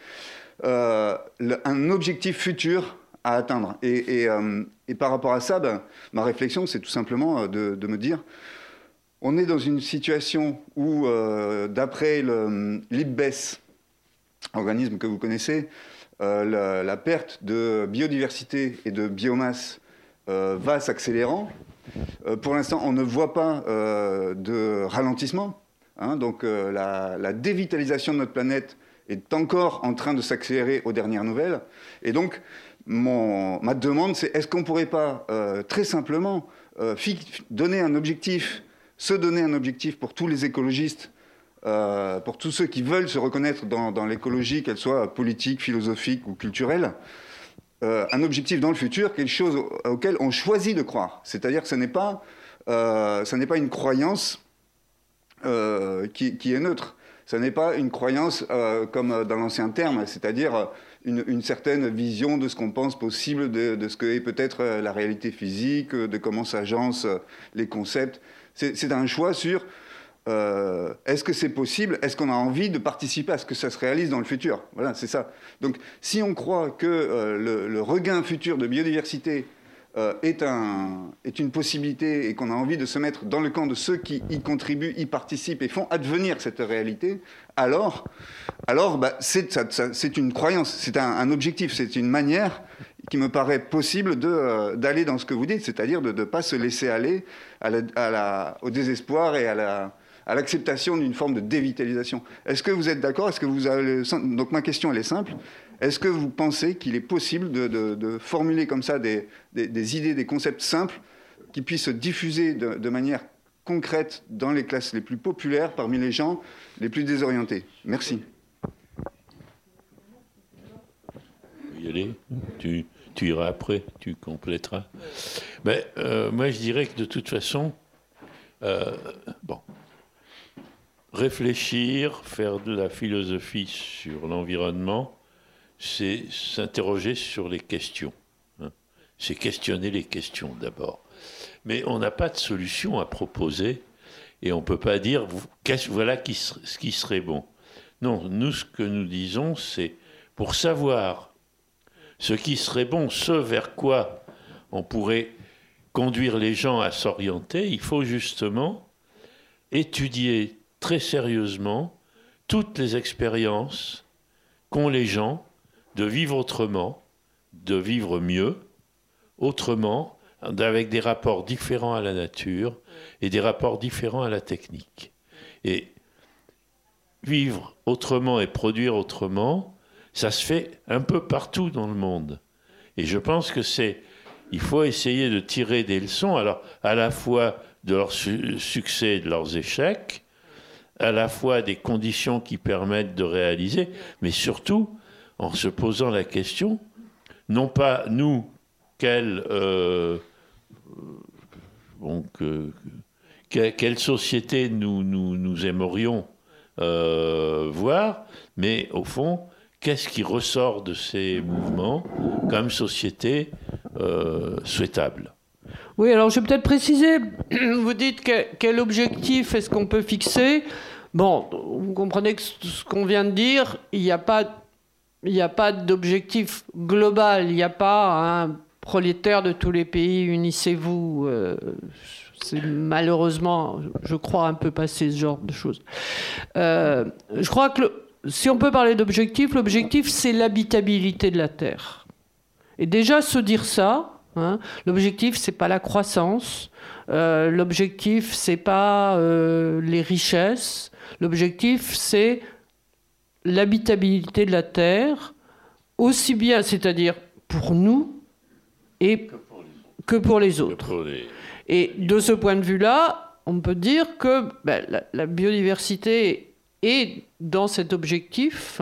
un objectif futur à atteindre. Et par rapport à ça, ma réflexion, c'est tout simplement de me dire, on est dans une situation où, d'après l'IPBES, organisme que vous connaissez, la perte de biodiversité et de biomasse va s'accélérant. Pour l'instant, on ne voit pas de ralentissement. Donc la dévitalisation de notre planète est encore en train de s'accélérer aux dernières nouvelles. Et donc, ma demande, c'est est-ce qu'on ne pourrait pas très simplement donner un objectif, se donner un objectif pour tous les écologistes, pour tous ceux qui veulent se reconnaître dans l'écologie, qu'elle soit politique, philosophique ou culturelle, un objectif dans le futur, quelque chose auquel on choisit de croire. C'est-à-dire que ce n'est pas une croyance qui est neutre. Ce n'est pas une croyance comme dans l'ancien terme, c'est-à-dire une certaine vision de ce qu'on pense possible, de ce qu'est peut-être la réalité physique, de comment s'agencent les concepts. C'est un choix sur est-ce que c'est possible, est-ce qu'on a envie de participer à ce que ça se réalise dans le futur. Voilà, c'est ça. Donc si on croit que le regain futur de biodiversité est une possibilité et qu'on a envie de se mettre dans le camp de ceux qui y contribuent, y participent et font advenir cette réalité, alors c'est une croyance, c'est un objectif, c'est une manière qui me paraît possible d'aller dans ce que vous dites, c'est-à-dire de ne pas se laisser aller au désespoir et à l'acceptation d'une forme de dévitalisation. Est-ce que vous êtes d'accord? Est-ce que vous avez Donc ma question, elle est simple. Est-ce que vous pensez qu'il est possible de formuler comme ça des idées, des concepts simples qui puissent se diffuser de manière concrète dans les classes les plus populaires, parmi les gens les plus désorientés? Merci. Y aller. Tu iras après, tu compléteras. Mais, moi, je dirais que de toute façon, réfléchir, faire de la philosophie sur l'environnement, c'est s'interroger sur les questions. C'est questionner les questions d'abord. Mais on n'a pas de solution à proposer et on ne peut pas dire voilà ce qui serait bon. Non, nous, ce que nous disons, c'est pour savoir ce qui serait bon, ce vers quoi on pourrait conduire les gens à s'orienter, il faut justement étudier très sérieusement toutes les expériences qu'ont les gens de vivre autrement, de vivre mieux, autrement, avec des rapports différents à la nature et des rapports différents à la technique. Et vivre autrement et produire autrement, ça se fait un peu partout dans le monde. Et je pense que il faut essayer de tirer des leçons, alors à la fois de leurs succès et de leurs échecs, à la fois des conditions qui permettent de réaliser, mais surtout en se posant la question, non pas nous, quelle société nous aimerions voir, mais au fond, qu'est-ce qui ressort de ces mouvements comme société souhaitable? Oui, alors je vais peut-être préciser, vous dites quel objectif est-ce qu'on peut fixer? Bon, vous comprenez que ce qu'on vient de dire, il n'y a pas d'objectif global, il n'y a pas un prolétaire de tous les pays, unissez-vous. C'est malheureusement, je crois, un peu passé ce genre de choses. Je crois que si on peut parler d'objectif, l'objectif, c'est l'habitabilité de la Terre. Et déjà, se dire ça, l'objectif, c'est pas la croissance, l'objectif, c'est pas les richesses, l'objectif, c'est l'habitabilité de la Terre, aussi bien, c'est-à-dire pour nous, et que pour les autres. Et de ce point de vue-là, on peut dire que la biodiversité est dans cet objectif,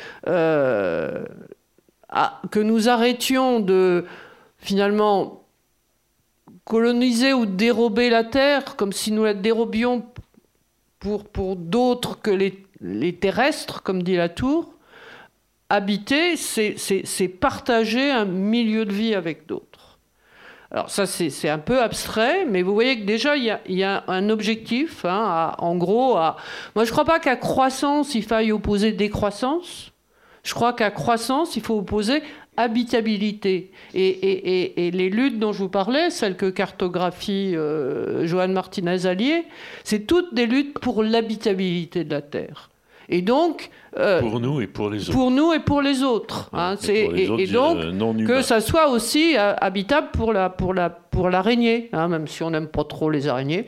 que nous arrêtions de, finalement, coloniser ou dérober la Terre, comme si nous la dérobions pour d'autres que les terrestres, comme dit Latour. Habiter, c'est partager un milieu de vie avec d'autres. Alors ça, c'est un peu abstrait, mais vous voyez que déjà, il y a un objectif, en gros. Moi, je ne crois pas qu'à croissance, il faille opposer décroissance. Je crois qu'à croissance, il faut opposer habitabilité. Et les luttes dont je vous parlais, celles que cartographie Joanne Martinez-Allier, c'est toutes des luttes pour l'habitabilité de la Terre. Et donc... pour nous et pour les autres. Pour nous et pour les autres. Et donc, que ça soit aussi habitable pour l'araignée, même si on n'aime pas trop les araignées.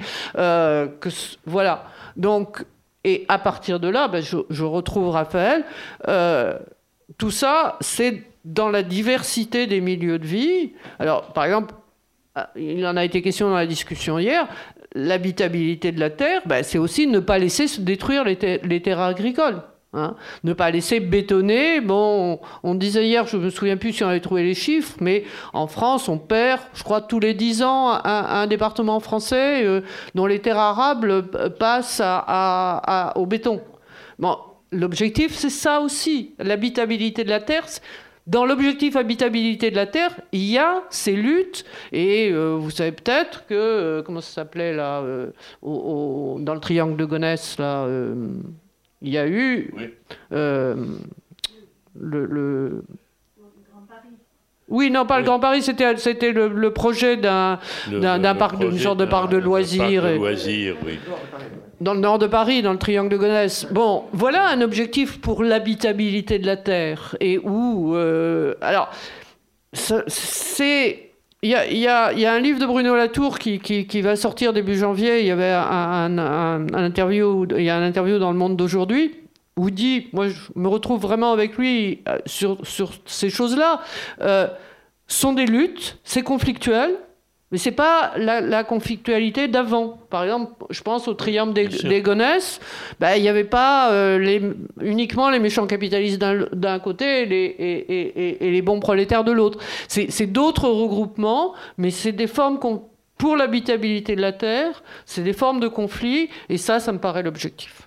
Voilà. Donc, et à partir de là, je retrouve Raphaël. Tout ça, c'est dans la diversité des milieux de vie. Alors, par exemple, il en a été question dans la discussion hier, l'habitabilité de la terre, c'est aussi ne pas laisser se détruire les terres agricoles. Ne pas laisser bétonner. Bon, on disait hier, je ne me souviens plus si on avait trouvé les chiffres, mais en France, on perd, je crois, tous les 10 ans, un département français dont les terres arables passent au béton. Bon, l'objectif, c'est ça aussi, l'habitabilité de la terre. Dans l'objectif habitabilité de la Terre, il y a ces luttes, et vous savez peut-être que, comment ça s'appelait là, dans le triangle de Gonesse, là, il y a eu le Grand Paris. Oui, non, pas le Grand Paris, c'était le projet d'un parc, d'une sorte de parc de loisirs. Parc de loisirs, oui. Dans le nord de Paris, dans le triangle de Gonesse. Bon, voilà un objectif pour l'habitabilité de la Terre. Et où... alors, c'est... Il y a un livre de Bruno Latour qui va sortir début janvier. Il y avait un interview dans Le Monde d'aujourd'hui où il dit, moi je me retrouve vraiment avec lui sur ces choses-là. Sont des luttes, c'est conflictuel, mais c'est pas la conflictualité d'avant. Par exemple, je pense au triangle des Gonesse, il n'y avait pas uniquement les méchants capitalistes d'un côté et les bons prolétaires de l'autre. C'est d'autres regroupements, mais c'est des formes pour l'habitabilité de la Terre, c'est des formes de conflit, et ça me paraît l'objectif.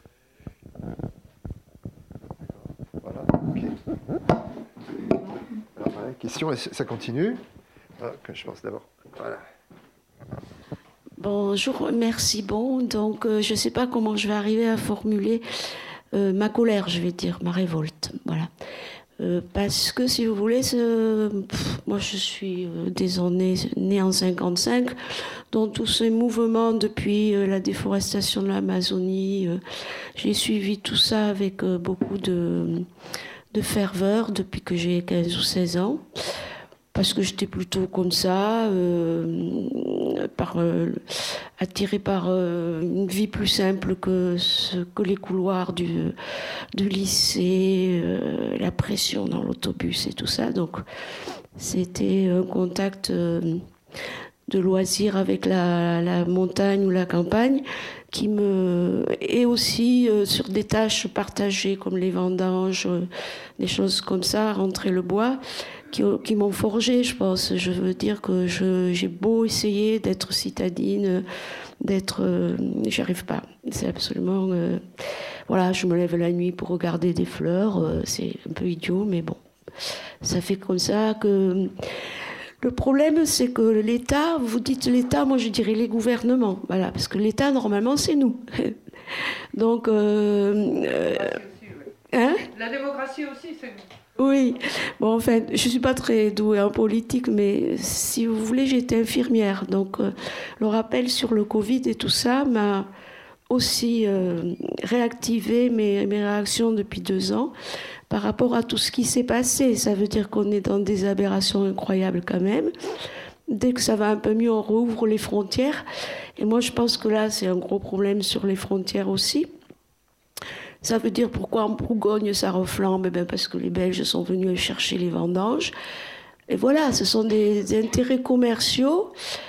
Voilà, ok. Alors, question, ça continue. Je pense d'abord. Voilà. Bonjour, merci. Bon, donc je ne sais pas comment je vais arriver à formuler ma colère, je vais dire, ma révolte. Voilà. Parce que, si vous voulez, moi je suis née en 55, donc tous ces mouvements depuis la déforestation de l'Amazonie, j'ai suivi tout ça avec beaucoup de ferveur depuis que j'ai 15 ou 16 ans. Parce que j'étais plutôt comme ça, attirée par une vie plus simple que les couloirs du lycée, la pression dans l'autobus et tout ça. Donc c'était un contact de loisir avec la montagne ou la campagne et aussi sur des tâches partagées comme les vendanges, des choses comme ça, rentrer le bois, qui m'ont forgé, je pense. Je veux dire que j'ai beau essayer d'être citadine, j'y arrive pas. C'est absolument... voilà, je me lève la nuit pour regarder des fleurs, c'est un peu idiot, mais bon, ça fait comme ça que... Le problème, c'est que l'État, vous dites l'État, moi je dirais les gouvernements, voilà, parce que l'État, normalement, c'est nous. Donc... La démocratie aussi, c'est nous. Oui, bon, en fait, je ne suis pas très douée en politique, mais si vous voulez, j'étais infirmière. Donc, le rappel sur le Covid et tout ça m'a aussi réactivé mes réactions depuis 2 ans par rapport à tout ce qui s'est passé. Ça veut dire qu'on est dans des aberrations incroyables quand même. Dès que ça va un peu mieux, on rouvre les frontières. Et moi, je pense que là, c'est un gros problème sur les frontières aussi. Ça veut dire pourquoi en Bourgogne ça reflambe, parce que les Belges sont venus chercher les vendanges. Et voilà, ce sont des intérêts commerciaux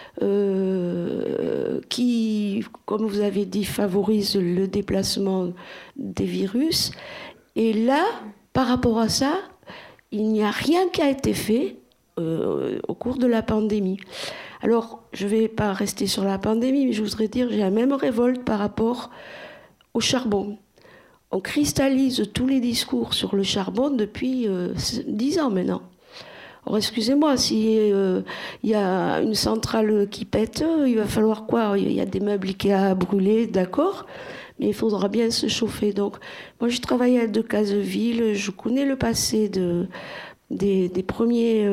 qui, comme vous avez dit, favorisent le déplacement des virus. Et là, par rapport à ça, il n'y a rien qui a été fait au cours de la pandémie. Alors, je ne vais pas rester sur la pandémie, mais je voudrais dire j'ai la même révolte par rapport au charbon. On cristallise tous les discours sur le charbon depuis 10 ans maintenant. Alors excusez-moi, s'il y a une centrale qui pète, il va falloir quoi ? Il y a des meubles Ikea à brûler, d'accord, mais il faudra bien se chauffer. Donc, moi, j'ai travaillé à Decazeville, je connais le passé des premiers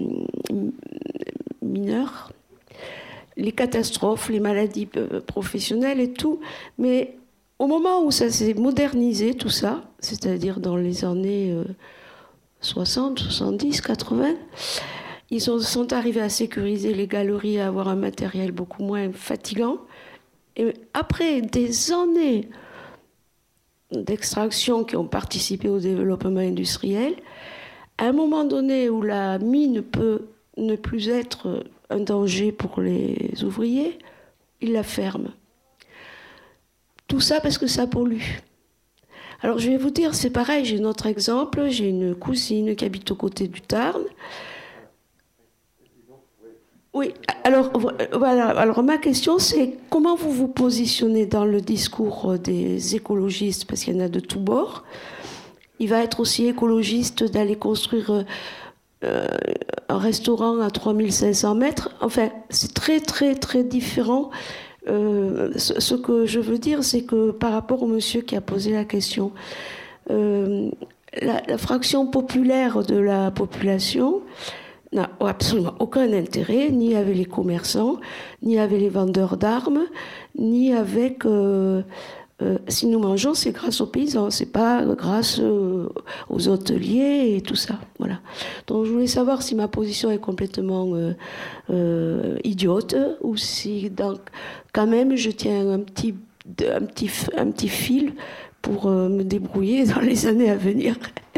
mineurs, les catastrophes, les maladies professionnelles et tout, mais... Au moment où ça s'est modernisé, tout ça, c'est-à-dire dans les années 60, 70, 80, ils sont arrivés à sécuriser les galeries, à avoir un matériel beaucoup moins fatigant. Et après des années d'extraction qui ont participé au développement industriel, à un moment donné où la mine peut ne plus être un danger pour les ouvriers, ils la ferment. Tout ça parce que ça pollue. Alors je vais vous dire, c'est pareil, j'ai un autre exemple, j'ai une cousine qui habite aux côtés du Tarn. Oui, alors voilà, alors ma question c'est comment vous vous positionnez dans le discours des écologistes, parce qu'il y en a de tous bords. Il va être aussi écologiste d'aller construire un restaurant à 3500 mètres. Enfin, c'est très très très différent. Ce que je veux dire, c'est que par rapport au monsieur qui a posé la question, la fraction populaire de la population n'a absolument aucun intérêt, ni avec les commerçants, ni avec les vendeurs d'armes, ni avec... si nous mangeons, c'est grâce aux paysans, c'est pas grâce aux hôteliers et tout ça. Voilà. Donc je voulais savoir si ma position est complètement idiote ou si, donc, quand même, je tiens un petit fil pour me débrouiller dans les années à venir.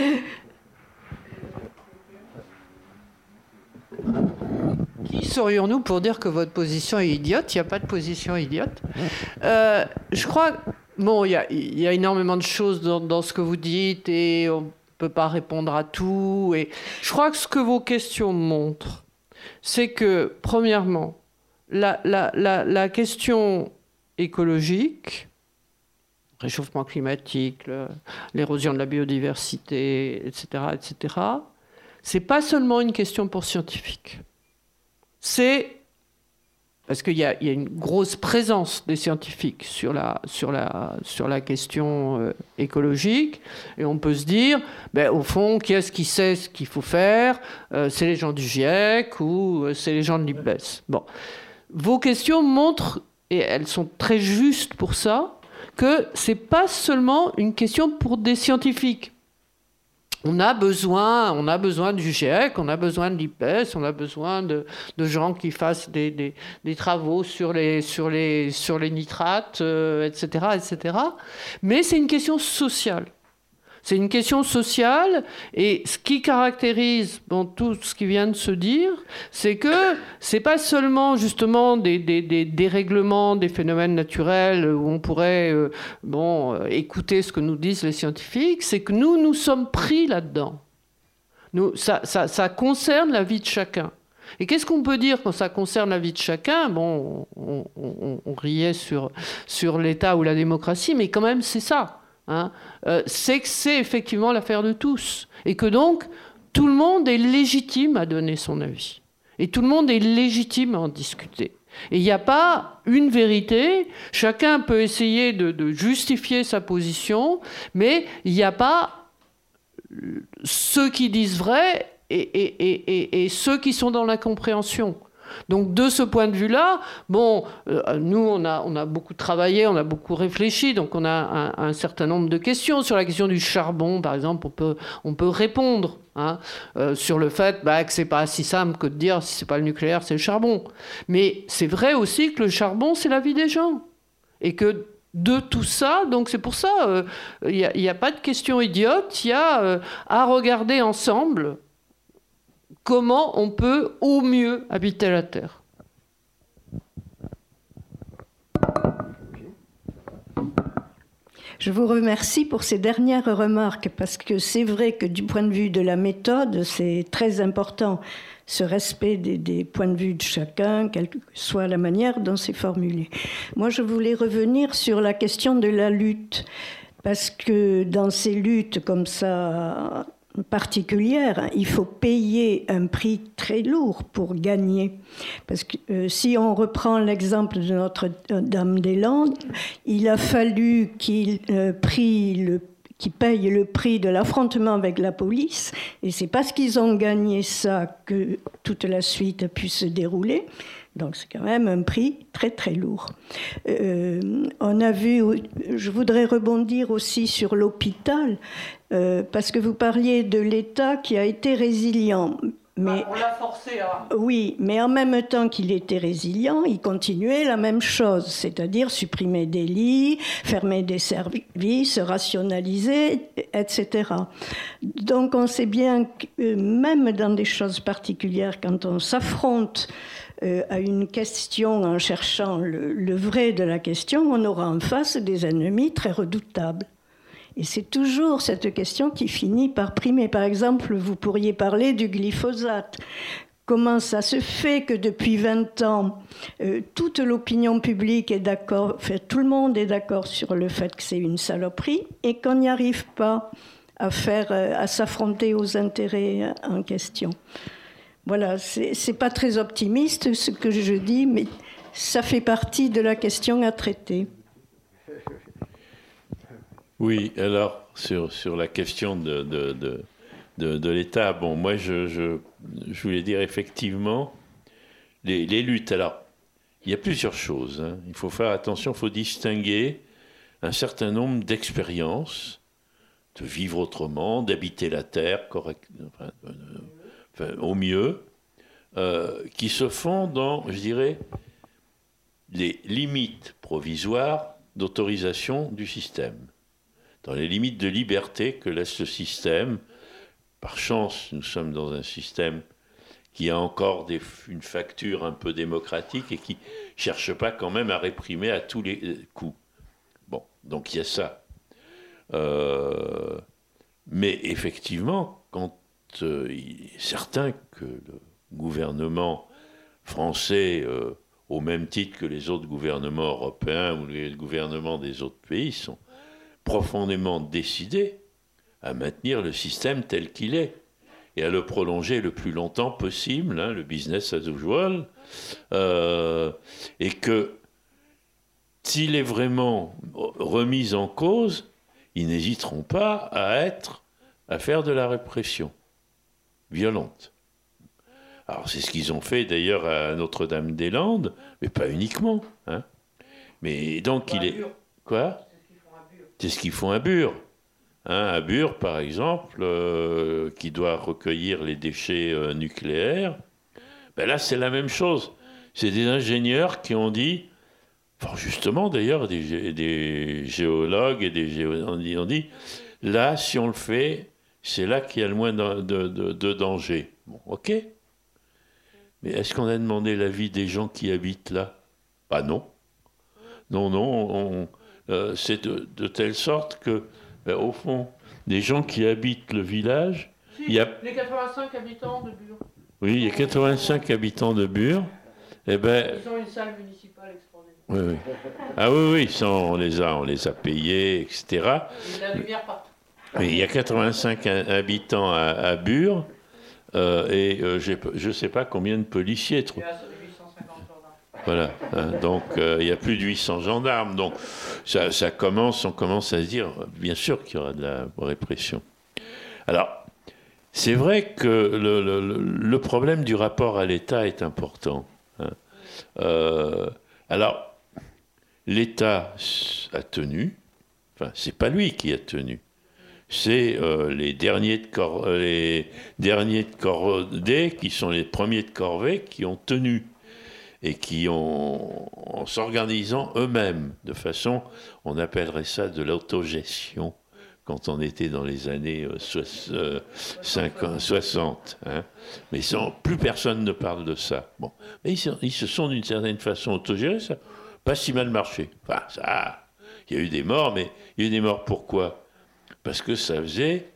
Qui serions-nous pour dire que votre position est idiote? Il n'y a pas de position idiote. Je crois... Bon, il y a énormément de choses dans ce que vous dites et on ne peut pas répondre à tout. Et je crois que ce que vos questions montrent, c'est que, premièrement, la question écologique, réchauffement climatique, l'érosion de la biodiversité, etc., c'est pas seulement une question pour scientifiques. C'est parce qu'il y a une grosse présence des scientifiques sur la question écologique, et on peut se dire, au fond, qui est-ce qui sait ce qu'il faut faire? C'est les gens du GIEC ou c'est les gens de l'IPBES. Bon, vos questions montrent, et elles sont très justes pour ça, que c'est pas seulement une question pour des scientifiques. On a besoin du GIEC, on a besoin de l'IPBES, on a besoin de gens qui fassent des travaux sur les nitrates, etc., etc. Mais c'est une question sociale. C'est une question sociale, et ce qui caractérise tout ce qui vient de se dire, c'est que c'est pas seulement justement des dérèglements, des phénomènes naturels où on pourrait écouter ce que nous disent les scientifiques, c'est que nous sommes pris là-dedans. Ça concerne la vie de chacun. Et qu'est-ce qu'on peut dire quand ça concerne la vie de chacun? Bon, on riait sur l'État ou la démocratie, mais quand même c'est ça. C'est que c'est effectivement l'affaire de tous, et que donc tout le monde est légitime à donner son avis, et tout le monde est légitime à en discuter. Et il n'y a pas une vérité, chacun peut essayer de justifier sa position, mais il n'y a pas ceux qui disent vrai et ceux qui sont dans l'incompréhension. Donc de ce point de vue-là, nous on a beaucoup travaillé, on a beaucoup réfléchi, donc on a un certain nombre de questions. Sur la question du charbon, par exemple, on peut répondre sur le fait que c'est pas si simple que de dire si c'est pas le nucléaire, c'est le charbon. Mais c'est vrai aussi que le charbon, c'est la vie des gens. Et que de tout ça, donc c'est pour ça, il n'y a pas de question idiote, il y a à regarder ensemble comment on peut au mieux habiter la Terre. Je vous remercie pour ces dernières remarques, parce que c'est vrai que du point de vue de la méthode, c'est très important, ce respect des points de vue de chacun, quelle que soit la manière dont c'est formulé. Moi, je voulais revenir sur la question de la lutte, parce que dans ces luttes comme ça particulière, il faut payer un prix très lourd pour gagner. Parce que si on reprend l'exemple de Notre-Dame-des-Landes, il a fallu qu'il paye le prix de l'affrontement avec la police, et c'est parce qu'ils ont gagné ça que toute la suite a pu se dérouler. Donc c'est quand même un prix très très lourd. On a vu, je voudrais rebondir aussi sur l'hôpital, parce que vous parliez de l'État qui a été résilient. Mais, on l'a forcé à... Oui, mais en même temps qu'il était résilient, il continuait la même chose, c'est-à-dire supprimer des lits, fermer des services, rationaliser, etc. Donc on sait bien que même dans des choses particulières, quand on s'affronte à une question en cherchant le vrai de la question, on aura en face des ennemis très redoutables. Et c'est toujours cette question qui finit par primer. Par exemple, vous pourriez parler du glyphosate. Comment ça se fait que depuis 20 ans, toute l'opinion publique est d'accord, tout le monde est d'accord sur le fait que c'est une saloperie, et qu'on n'y arrive pas à s'affronter aux intérêts en question. Voilà, c'est pas très optimiste ce que je dis, mais ça fait partie de la question à traiter. Oui, alors sur la question de l'État, moi je je voulais dire effectivement, les luttes. Alors, il y a plusieurs choses. Hein. Il faut faire attention, il faut distinguer un certain nombre d'expériences, de vivre autrement, d'habiter la terre au mieux, qui se font dans, je dirais, les limites provisoires d'autorisation du système, dans les limites de liberté que laisse le système. Par chance, nous sommes dans un système qui a encore une facture un peu démocratique et qui ne cherche pas quand même à réprimer à tous les coups. Bon, donc il y a ça. Mais effectivement, quand il est certain que le gouvernement français, au même titre que les autres gouvernements européens ou les gouvernements des autres pays, sont profondément décidés à maintenir le système tel qu'il est et à le prolonger le plus longtemps possible, hein, le business as usual, et que s'il est vraiment remis en cause, ils n'hésiteront pas à faire de la répression violente. Alors c'est ce qu'ils ont fait d'ailleurs à Notre-Dame-des-Landes, mais pas uniquement. Hein. Mais donc il est... Quoi ? C'est ce qu'ils font à Bure. Hein, à Bure, par exemple, qui doit recueillir les déchets nucléaires, ben là c'est la même chose. C'est des ingénieurs qui ont dit, enfin justement d'ailleurs des géologues et ont dit, là si on le fait, c'est là qu'il y a le moins de danger. Bon, ok. Mais est-ce qu'on a demandé l'avis des gens qui habitent là ? Bah non. Non, c'est de telle sorte que, au fond, des gens qui habitent le village... Si, il y a... les 85 habitants de Bure. Oui, il y a 85 habitants de Bure. Eh ben... Ils ont une salle municipale extraordinaire. Oui. Ah oui, ça, on les a payés, etc. Il y a de la lumière partout. Mais il y a 85 habitants à Bure, et je ne sais pas combien de policiers. Il y a 850 gendarmes. Voilà, hein, donc il y a plus de 800 gendarmes, donc on commence à se dire, bien sûr qu'il y aura de la répression. Alors, c'est vrai que le problème du rapport à l'État est important. Hein. Alors, l'État a tenu, enfin, c'est pas lui qui a tenu. C'est les derniers de cordée, qui sont les premiers de corvée, qui ont tenu et qui ont, en s'organisant eux-mêmes, de façon, on appellerait ça de l'autogestion, quand on était dans les années 60. Hein. Mais plus personne ne parle de ça. Bon. Mais ils se sont d'une certaine façon autogérés, ça n'a pas si mal marché. Enfin, ça, il y a eu des morts, mais il y a eu des morts pourquoi ? Parce que ça faisait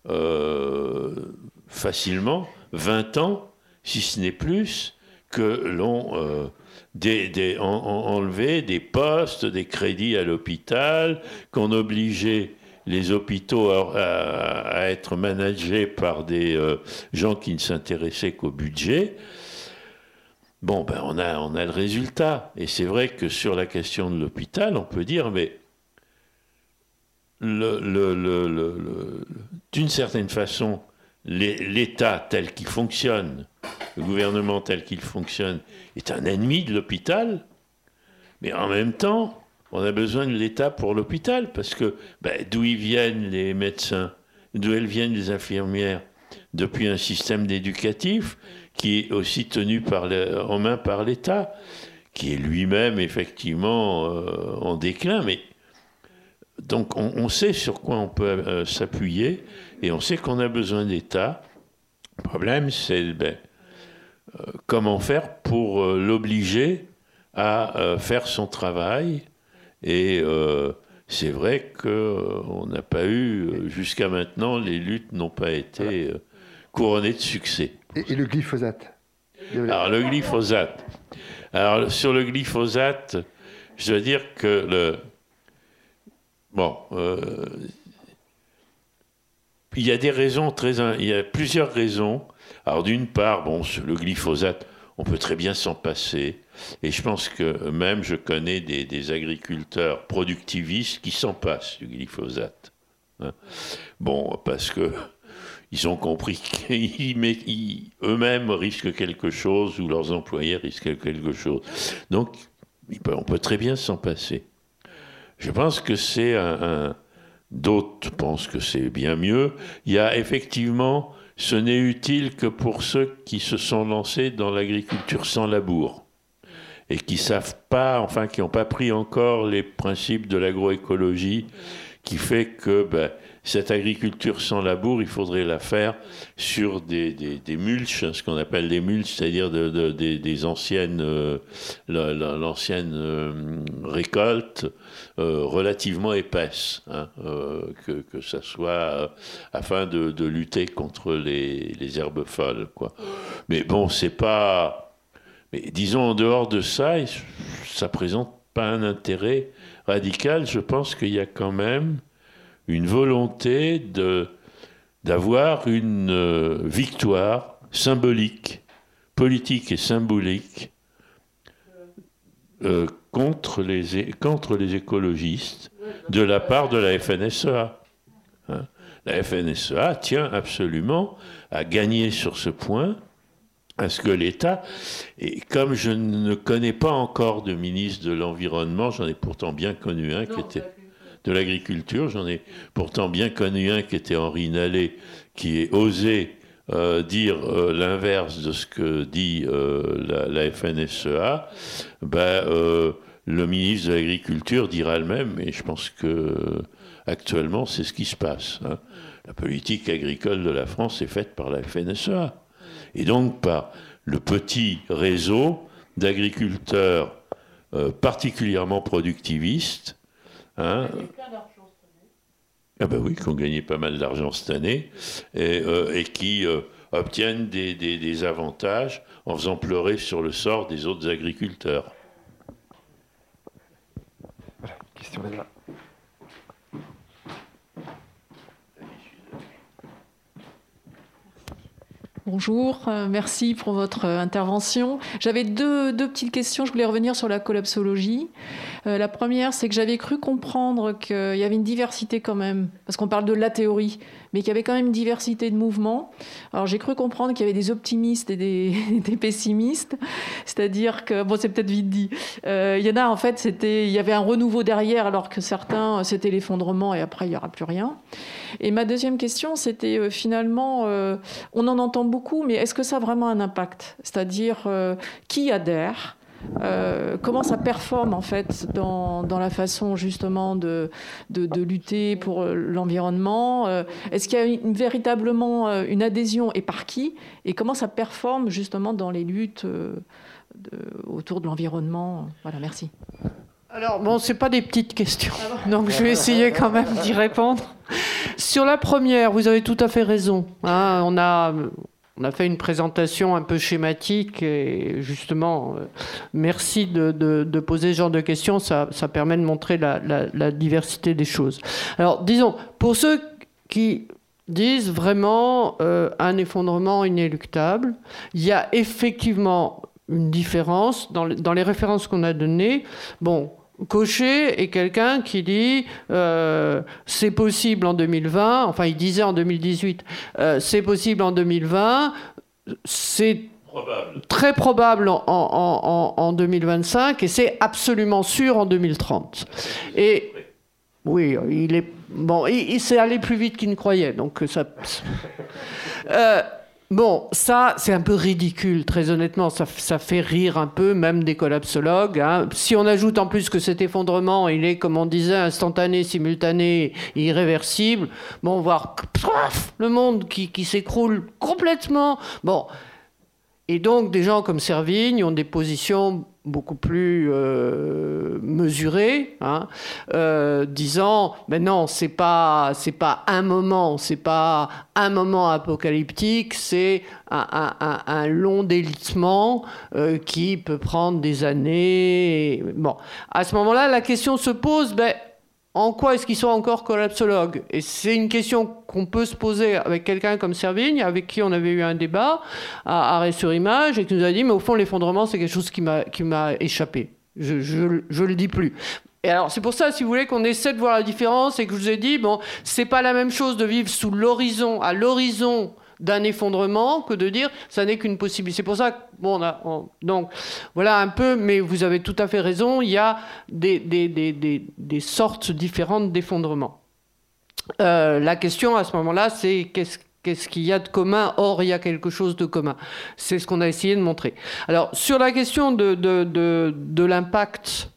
facilement 20 ans, si ce n'est plus, que l'on enlevait des postes, des crédits à l'hôpital, qu'on obligeait les hôpitaux à être managés par des gens qui ne s'intéressaient qu'au budget. Bon, ben on a le résultat. Et c'est vrai que sur la question de l'hôpital, on peut dire, mais d'une certaine façon, l'État tel qu'il fonctionne, le gouvernement tel qu'il fonctionne, est un ennemi de l'hôpital, mais en même temps, on a besoin de l'État pour l'hôpital, parce que d'où ils viennent les médecins, d'où elles viennent les infirmières, depuis un système éducatif qui est aussi tenu en main par l'État, qui est lui-même effectivement en déclin, mais donc on sait sur quoi on peut s'appuyer, et on sait qu'on a besoin d'État. Le problème, c'est comment faire pour l'obliger à faire son travail. Et c'est vrai qu'on n'a pas eu, jusqu'à maintenant, les luttes n'ont pas été couronnées de succès. Et le glyphosate ? Alors le glyphosate. Alors sur le glyphosate, je dois dire que il y a des raisons il y a plusieurs raisons. Alors d'une part, le glyphosate, on peut très bien s'en passer. Et je pense que même je connais des agriculteurs productivistes qui s'en passent du glyphosate. Hein. Bon, parce que ils ont compris qu'eux-mêmes risquent quelque chose ou leurs employés risquent quelque chose. Donc, on peut très bien s'en passer. Je pense que c'est d'autres pensent que c'est bien mieux. Il y a effectivement, ce n'est utile que pour ceux qui se sont lancés dans l'agriculture sans labour et qui savent pas, enfin, qui n'ont pas pris encore les principes de l'agroécologie, qui fait que cette agriculture sans labour, il faudrait la faire sur des mulches, ce qu'on appelle des mulches, c'est-à-dire des anciennes, l'ancienne récolte relativement épaisse, hein, que ça soit afin de lutter contre les herbes folles, quoi. Mais bon, c'est pas... Mais disons, en dehors de ça, ça présente pas un intérêt radical. Je pense qu'il y a quand même une volonté d'avoir une victoire symbolique, politique et symbolique contre les écologistes de la part de la FNSEA. Hein. La FNSEA tient absolument à gagner sur ce point, à ce que l'État, et comme je ne connais pas encore de ministre de l'Environnement, j'en ai pourtant bien connu un qui était de l'agriculture, j'en ai pourtant bien connu un qui était Henri Nallet, qui ait osé dire l'inverse de ce que dit la FNSEA, le ministre de l'Agriculture dira le même, et je pense que actuellement c'est ce qui se passe. Hein. La politique agricole de la France est faite par la FNSEA. Et donc par le petit réseau d'agriculteurs particulièrement productivistes, hein, ah ben oui, qui ont gagné pas mal d'argent cette année, et qui obtiennent des avantages en faisant pleurer sur le sort des autres agriculteurs. Voilà, question là. Bonjour, merci pour votre intervention. J'avais deux petites questions. Je voulais revenir sur la collapsologie. La première, c'est que j'avais cru comprendre qu'il y avait une diversité quand même, parce qu'on parle de la théorie, mais qu'il y avait quand même une diversité de mouvements. Alors j'ai cru comprendre qu'il y avait des optimistes et des pessimistes, c'est-à-dire que, bon, c'est peut-être vite dit, il y en a en fait, il y avait un renouveau derrière, alors que certains, c'était l'effondrement et après il n'y aura plus rien. Et ma deuxième question, c'était finalement, on en entend beaucoup, mais est-ce que ça a vraiment un impact ? C'est-à-dire, qui adhère ? Comment ça performe en fait dans la façon justement de lutter pour l'environnement, est-ce qu'il y a véritablement une adhésion et par qui, et comment ça performe justement dans les luttes autour de l'environnement? Voilà, merci. Alors, bon, c'est pas des petites questions, donc je vais essayer quand même d'y répondre. Sur la première, vous avez tout à fait raison, hein, on a fait une présentation un peu schématique et justement, merci de poser ce genre de questions, ça permet de montrer la diversité des choses. Alors, disons, pour ceux qui disent vraiment un effondrement inéluctable, il y a effectivement une différence dans les références qu'on a données. Bon, Cochet est quelqu'un qui dit c'est possible en 2020, enfin il disait en 2018, c'est possible en 2020, c'est très probable en 2025 et c'est absolument sûr en 2030. Et oui, il s'est allé plus vite qu'il ne croyait, donc ça... Bon, ça, c'est un peu ridicule, très honnêtement. Ça fait rire un peu, même des collapsologues. Hein. Si on ajoute en plus que cet effondrement, il est, comme on disait, instantané, simultané, irréversible, bon, on voit le monde qui s'écroule complètement. Bon. Et donc, des gens comme Servigne ont des positions beaucoup plus mesurées, hein, disant mais non, c'est pas un moment apocalyptique, c'est un long délitement qui peut prendre des années. Bon, à ce moment-là, la question se pose, en quoi est-ce qu'ils sont encore collapsologues ? Et c'est une question qu'on peut se poser avec quelqu'un comme Servigne, avec qui on avait eu un débat à Arrêt sur Image, et qui nous a dit, mais au fond, l'effondrement, c'est quelque chose qui m'a échappé. Je le dis plus. Et alors, c'est pour ça, si vous voulez, qu'on essaie de voir la différence et que je vous ai dit, bon, c'est pas la même chose de vivre sous l'horizon, à l'horizon d'un effondrement, que de dire ça n'est qu'une possibilité. C'est pour ça que, bon, donc, voilà un peu, mais vous avez tout à fait raison, il y a des sortes différentes d'effondrement. La question à ce moment-là, c'est qu'est-ce qu'il y a de commun? Or, il y a quelque chose de commun. C'est ce qu'on a essayé de montrer. Alors, sur la question de l'impact,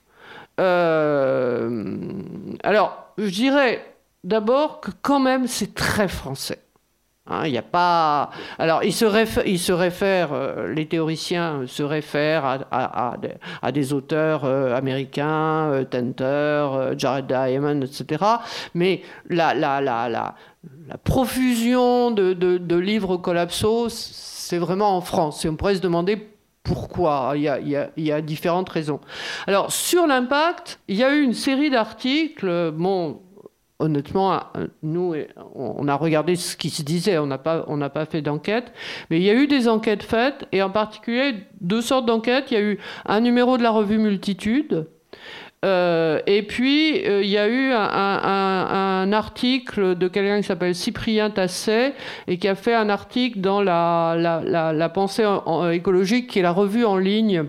alors, je dirais d'abord que quand même, c'est très français. Hein, il n'y a pas... Alors, ils se réfèrent, les théoriciens se réfèrent à des auteurs américains, Tenter, Jared Diamond, etc. Mais la profusion de livres collapso, c'est vraiment en France. Et on pourrait se demander pourquoi. Il y a différentes raisons. Alors, sur l'impact, il y a eu une série d'articles, bon... Honnêtement, nous, on a regardé ce qui se disait, on n'a pas fait d'enquête, mais il y a eu des enquêtes faites, et en particulier 2 sortes d'enquêtes. Il y a eu un numéro de la revue Multitude, et puis il y a eu un article de quelqu'un qui s'appelle Cyprien Tasset, et qui a fait un article dans la pensée écologique, qui est la revue en ligne,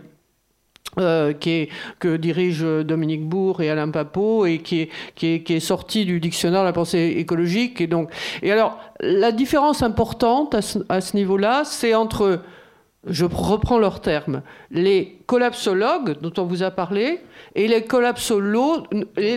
que dirigent Dominique Bourg et Alain Papot, et qui est sorti du dictionnaire de la pensée écologique. Et alors, la différence importante à ce niveau-là, c'est entre, je reprends leurs termes, les collapsologues dont on vous a parlé, et les collapsonautes,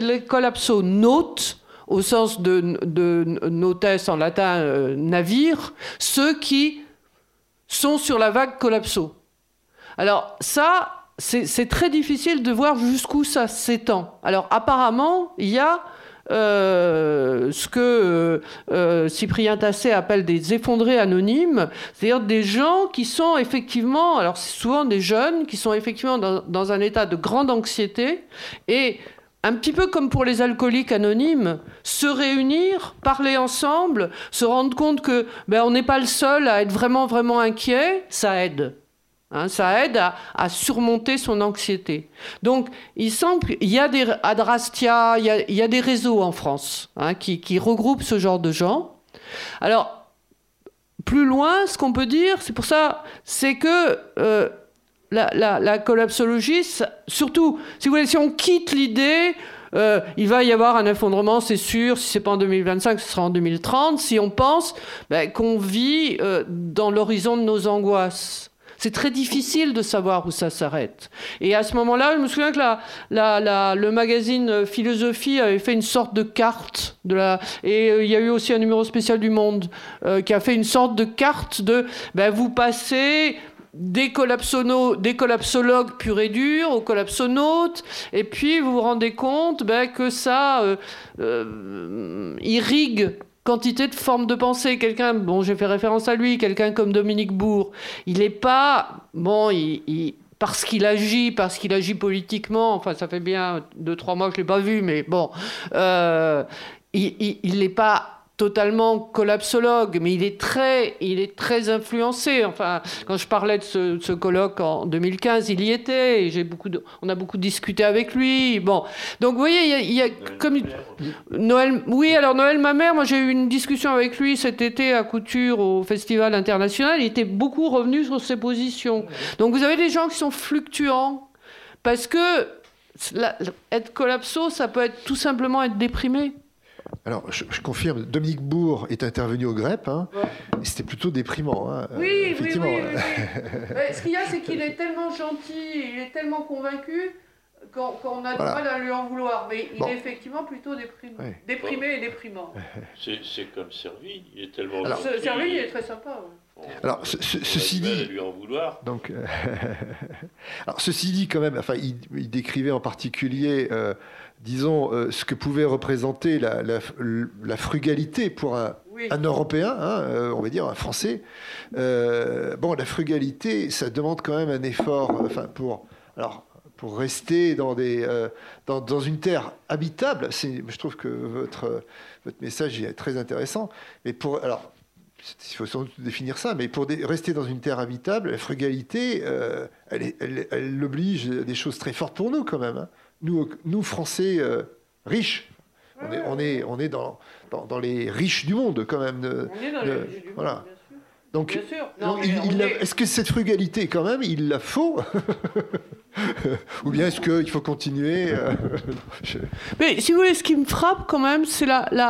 au sens de notes en latin, navire, ceux qui sont sur la vague collapso. Alors ça, c'est très difficile de voir jusqu'où ça s'étend. Alors apparemment, il y a ce que Cyprien Tasset appelle des effondrés anonymes, c'est-à-dire des gens qui sont effectivement, alors c'est souvent des jeunes, qui sont effectivement dans un état de grande anxiété, et un petit peu comme pour les alcooliques anonymes, se réunir, parler ensemble, se rendre compte que on n'est pas le seul à être vraiment, vraiment inquiet, ça aide. Hein, ça aide à surmonter son anxiété. Donc, il semble qu'il y a des Adrastia, il y a des réseaux en France qui regroupent ce genre de gens. Alors, plus loin, ce qu'on peut dire, c'est pour ça, c'est que la collapsologie, surtout, si vous voulez, si on quitte l'idée, il va y avoir un effondrement, c'est sûr, si ce n'est pas en 2025, ce sera en 2030, si on pense qu'on vit dans l'horizon de nos angoisses. C'est très difficile de savoir où ça s'arrête. Et à ce moment-là, je me souviens que le magazine Philosophie avait fait une sorte de carte. Et il y a eu aussi un numéro spécial du Monde qui a fait une sorte de carte de... vous passez des collapsologues purs et durs aux collapsonautes, et puis vous vous rendez compte que ça irrigue quantité de formes de pensée. Quelqu'un, j'ai fait référence à lui, quelqu'un comme Dominique Bourg, il n'est pas, parce qu'il agit politiquement, enfin ça fait bien 2-3 mois que je ne l'ai pas vu, mais bon, il n'est pas totalement collapsologue, mais il est très influencé. Enfin, quand je parlais de ce colloque en 2015, il y était, et on a beaucoup discuté avec lui. Bon, donc vous voyez, il y a comme Noël. Oui, alors Noël Mamère, moi j'ai eu une discussion avec lui cet été à Couture au Festival International. Il était beaucoup revenu sur ses positions. Donc vous avez des gens qui sont fluctuants, parce que être collapso, ça peut être tout simplement être déprimé. Alors, je confirme, Dominique Bourg est intervenu au GREP, et c'était plutôt déprimant. Oui, effectivement. Oui. Ce qu'il y a, c'est qu'il est tellement gentil, il est tellement convaincu qu'on a du mal à lui en vouloir. Mais il est effectivement plutôt déprimé. Ouais. Déprimé et déprimant. C'est comme Servigne, il est tellement gentil. Servigne, il est très sympa. Ouais. Alors, ceci dit, lui en vouloir. Donc, alors, ceci dit, quand même, enfin, il décrivait en particulier, disons, ce que pouvait représenter la frugalité pour un Européen, on va dire un Français. La frugalité, ça demande quand même un effort, pour rester dans une terre habitable. Je trouve que votre message est très intéressant. Mais il faut sans doute définir ça, mais pour rester dans une terre habitable, la frugalité, elle oblige à des choses très fortes pour nous quand même. nous Français riches. On est dans les riches du monde, quand même. On est dans les riches du monde, voilà. bien sûr. Donc, Bien sûr. Non, est-ce que cette frugalité, quand même, il la faut ou bien est-ce qu'il faut continuer Mais si vous voulez, ce qui me frappe quand même, c'est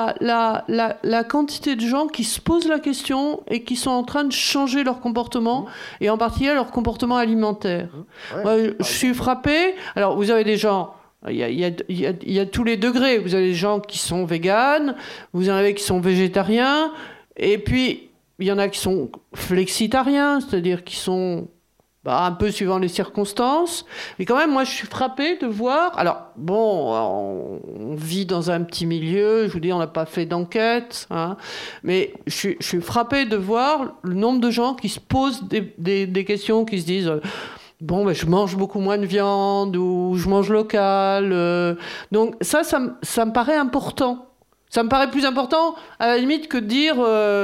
la quantité de gens qui se posent la question et qui sont en train de changer leur comportement, et en particulier leur comportement alimentaire. Ouais. Moi, je suis frappé. Alors, vous avez des gens... Il y a tous les degrés. Vous avez des gens qui sont véganes, vous en avez qui sont végétariens, et puis il y en a qui sont flexitariens, c'est-à-dire qui sont un peu suivant les circonstances. Mais quand même, moi, je suis frappé de voir... Alors, bon, on vit dans un petit milieu, je vous dis, on n'a pas fait d'enquête, hein, mais je suis frappé de voir le nombre de gens qui se posent des questions, qui se disent... je mange beaucoup moins de viande, ou je mange local. Donc ça me paraît important. Ça me paraît plus important, à la limite, que de dire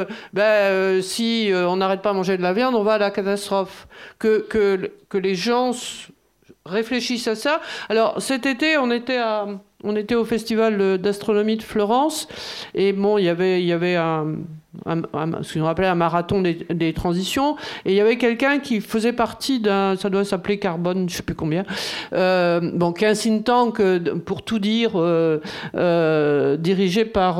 si on n'arrête pas de manger de la viande, on va à la catastrophe. Que les gens réfléchissent à ça. Alors, cet été, on était au Festival d'astronomie de Florence, et bon, il y avait ce qu'on appelait un marathon des transitions, et il y avait quelqu'un qui faisait partie ça doit s'appeler Carbone, je ne sais plus combien, qui est un think tank, pour tout dire, dirigé par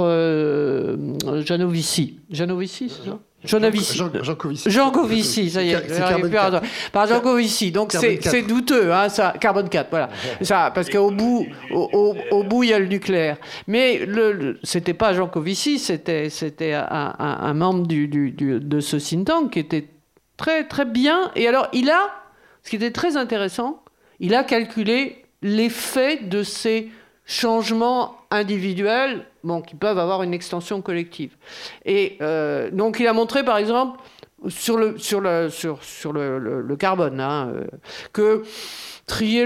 Janovici. Janovici, c'est ça ? Jean Covici, ça y est. Par Jean Covici. Donc c'est douteux, hein, ça. Carbone 4, voilà. Ça, parce qu'au bout, il y a le nucléaire. Mais c'était pas Jean Covici, c'était un membre de ce think tank qui était très très bien. Et alors ce qui était très intéressant, il a calculé l'effet de ces changements individuels, qui peuvent avoir une extension collective. Et donc il a montré, par exemple, sur le carbone, hein, que trier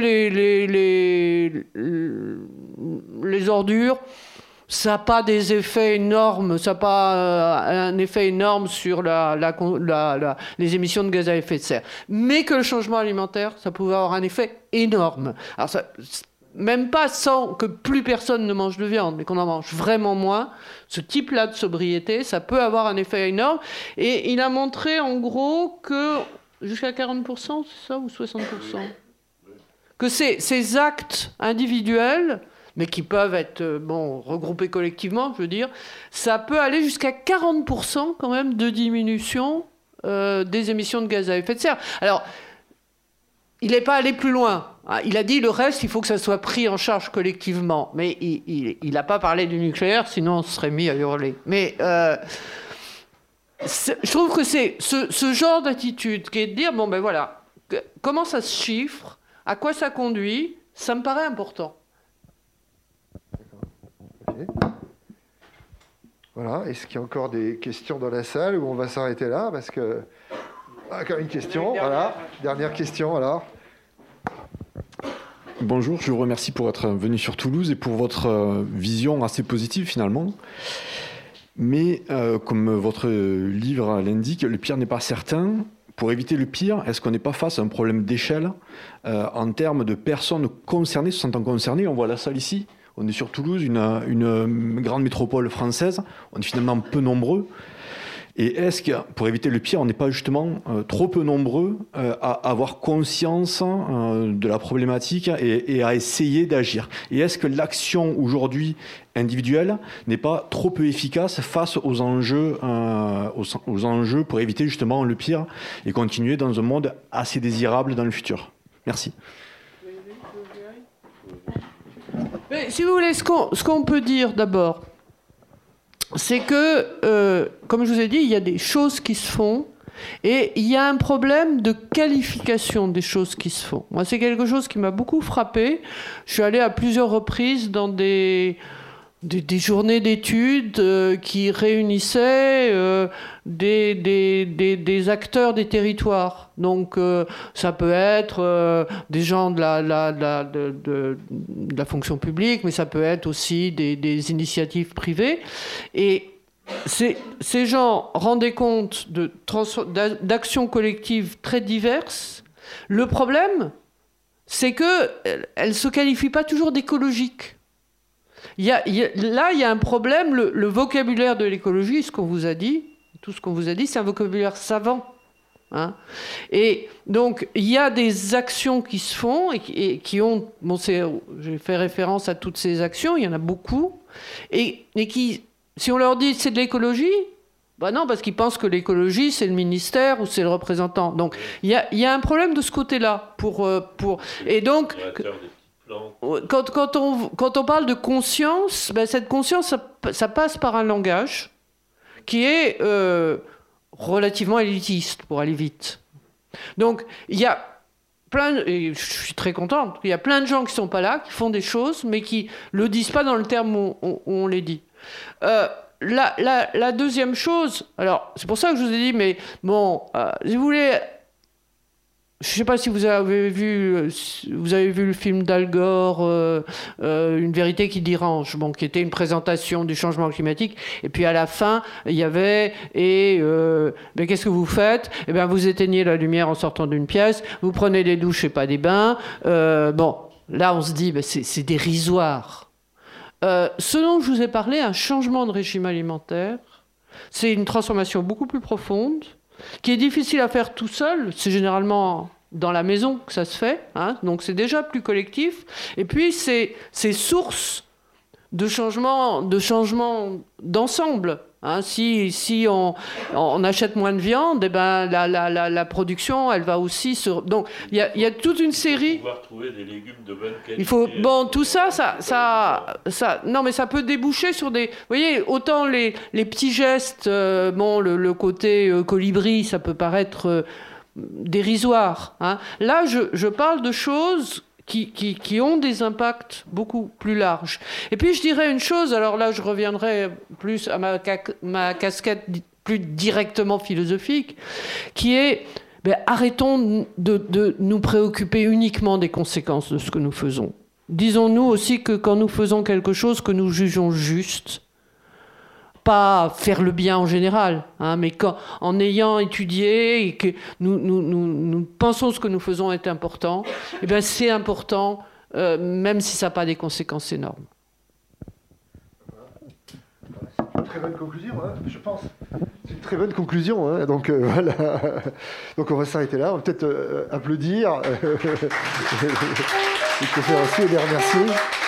les ordures, ça n'a pas des effets énormes, ça n'a pas un effet énorme sur les émissions de gaz à effet de serre. Mais que le changement alimentaire, ça pouvait avoir un effet énorme. Alors même pas sans que plus personne ne mange de viande, mais qu'on en mange vraiment moins, ce type-là de sobriété, ça peut avoir un effet énorme. Et il a montré en gros que jusqu'à 40%, c'est ça, ou 60%, que ces actes individuels, mais qui peuvent être regroupés collectivement, je veux dire, ça peut aller jusqu'à 40% quand même de diminution des émissions de gaz à effet de serre. Alors, il n'est pas allé plus loin. Il a dit le reste, il faut que ça soit pris en charge collectivement. Mais il n'a pas parlé du nucléaire, sinon on se serait mis à hurler. Mais je trouve que c'est ce genre d'attitude qui est de dire, voilà, comment ça se chiffre, à quoi ça conduit, ça me paraît important. Okay. Voilà, est-ce qu'il y a encore des questions dans la salle ou on va s'arrêter là parce que... Encore une question, voilà. Dernière question, alors. Bonjour, je vous remercie pour être venu sur Toulouse et pour votre vision assez positive finalement. Mais comme votre livre l'indique, le pire n'est pas certain. Pour éviter le pire, est-ce qu'on n'est pas face à un problème d'échelle en termes de personnes concernées, se sentant concernées? On voit la salle ici. On est sur Toulouse, une grande métropole française. On est finalement peu nombreux. Et est-ce que, pour éviter le pire, on n'est pas justement trop peu nombreux à avoir conscience de la problématique et à essayer d'agir? Et est-ce que l'action aujourd'hui individuelle n'est pas trop peu efficace face aux enjeux pour éviter justement le pire et continuer dans un monde assez désirable dans le futur? Merci. Mais, si vous voulez, ce qu'on peut dire d'abord, c'est que, comme je vous ai dit, il y a des choses qui se font et il y a un problème de qualification des choses qui se font. Moi, c'est quelque chose qui m'a beaucoup frappé. Je suis allé à plusieurs reprises dans des journées d'études qui réunissaient des acteurs des territoires. Donc, ça peut être des gens de la fonction publique, mais ça peut être aussi des initiatives privées. Et ces gens rendaient compte d'actions collectives très diverses. Le problème, c'est qu'elle ne se qualifie pas toujours d'écologique. Là, il y a un problème. Le vocabulaire de l'écologie, ce qu'on vous a dit, tout ce qu'on vous a dit, c'est un vocabulaire savant. Hein. Et donc, il y a des actions qui se font et qui ont... Bon, j'ai fait référence à toutes ces actions, il y en a beaucoup, et qui, si on leur dit c'est de l'écologie, ben non, parce qu'ils pensent que l'écologie, c'est le ministère ou c'est le représentant. Donc, il y a un problème de ce côté-là. Et donc, quand on parle de conscience, ben cette conscience, ça passe par un langage qui est relativement élitiste, pour aller vite. Donc, il y a et je suis très contente, il y a plein de gens qui ne sont pas là, qui font des choses, mais qui ne le disent pas dans le terme où on les dit. La deuxième chose, alors c'est pour ça que je vous ai dit, mais bon, si vous voulez, je ne sais pas si vous avez vu le film d'Al Gore, Une vérité qui dérange, bon, qui était une présentation du changement climatique, et puis à la fin, il y avait, mais qu'est-ce que vous faites ? Eh bien, vous éteignez la lumière en sortant d'une pièce, vous prenez des douches et pas des bains. Bon, là on se dit, c'est dérisoire. Ce dont je vous ai parlé, un changement de régime alimentaire, c'est une transformation beaucoup plus profonde, qui est difficile à faire tout seul. C'est généralement dans la maison que ça se fait, hein, donc c'est déjà plus collectif. Et puis c'est source de changement d'ensemble. Hein. Si on achète moins de viande, eh ben la production, elle va aussi se... Donc il y a toute une série... Pouvoir trouver des légumes de bonne qualité. Il faut... Bon, tout ça, non, mais ça peut déboucher sur des... Vous voyez, autant les petits gestes, le côté colibri, ça peut paraître dérisoire. Hein. Là, je parle de choses qui ont des impacts beaucoup plus larges. Et puis je dirais une chose, alors là je reviendrai plus à ma casquette plus directement philosophique, qui est, arrêtons de nous préoccuper uniquement des conséquences de ce que nous faisons. Disons-nous aussi que quand nous faisons quelque chose que nous jugeons juste, pas faire le bien en général, hein, mais en ayant étudié et que nous pensons ce que nous faisons est important, eh bien c'est important, même si ça n'a pas des conséquences énormes. C'est une très bonne conclusion, hein, je pense. C'est une très bonne conclusion, hein, donc voilà. Donc on va s'arrêter là, on va peut-être applaudir les conférenciers et les remercier.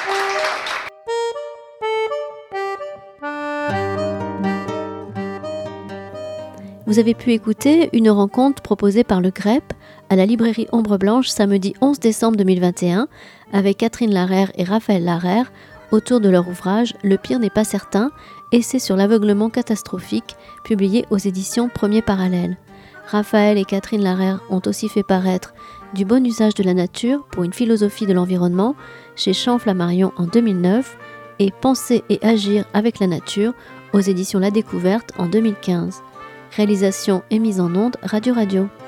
Vous avez pu écouter une rencontre proposée par le GREP à la librairie Ombre Blanche samedi 11 décembre 2021 avec Catherine Larère et Raphaël Larère autour de leur ouvrage « Le pire n'est pas certain », essai sur l'aveuglement catastrophique, publié aux éditions Premier Parallèle. Raphaël et Catherine Larère ont aussi fait paraître « Du bon usage de la nature pour une philosophie de l'environnement » chez Champ Flammarion en 2009 et « Penser et agir avec la nature » aux éditions La Découverte en 2015. Réalisation et mise en onde Radio.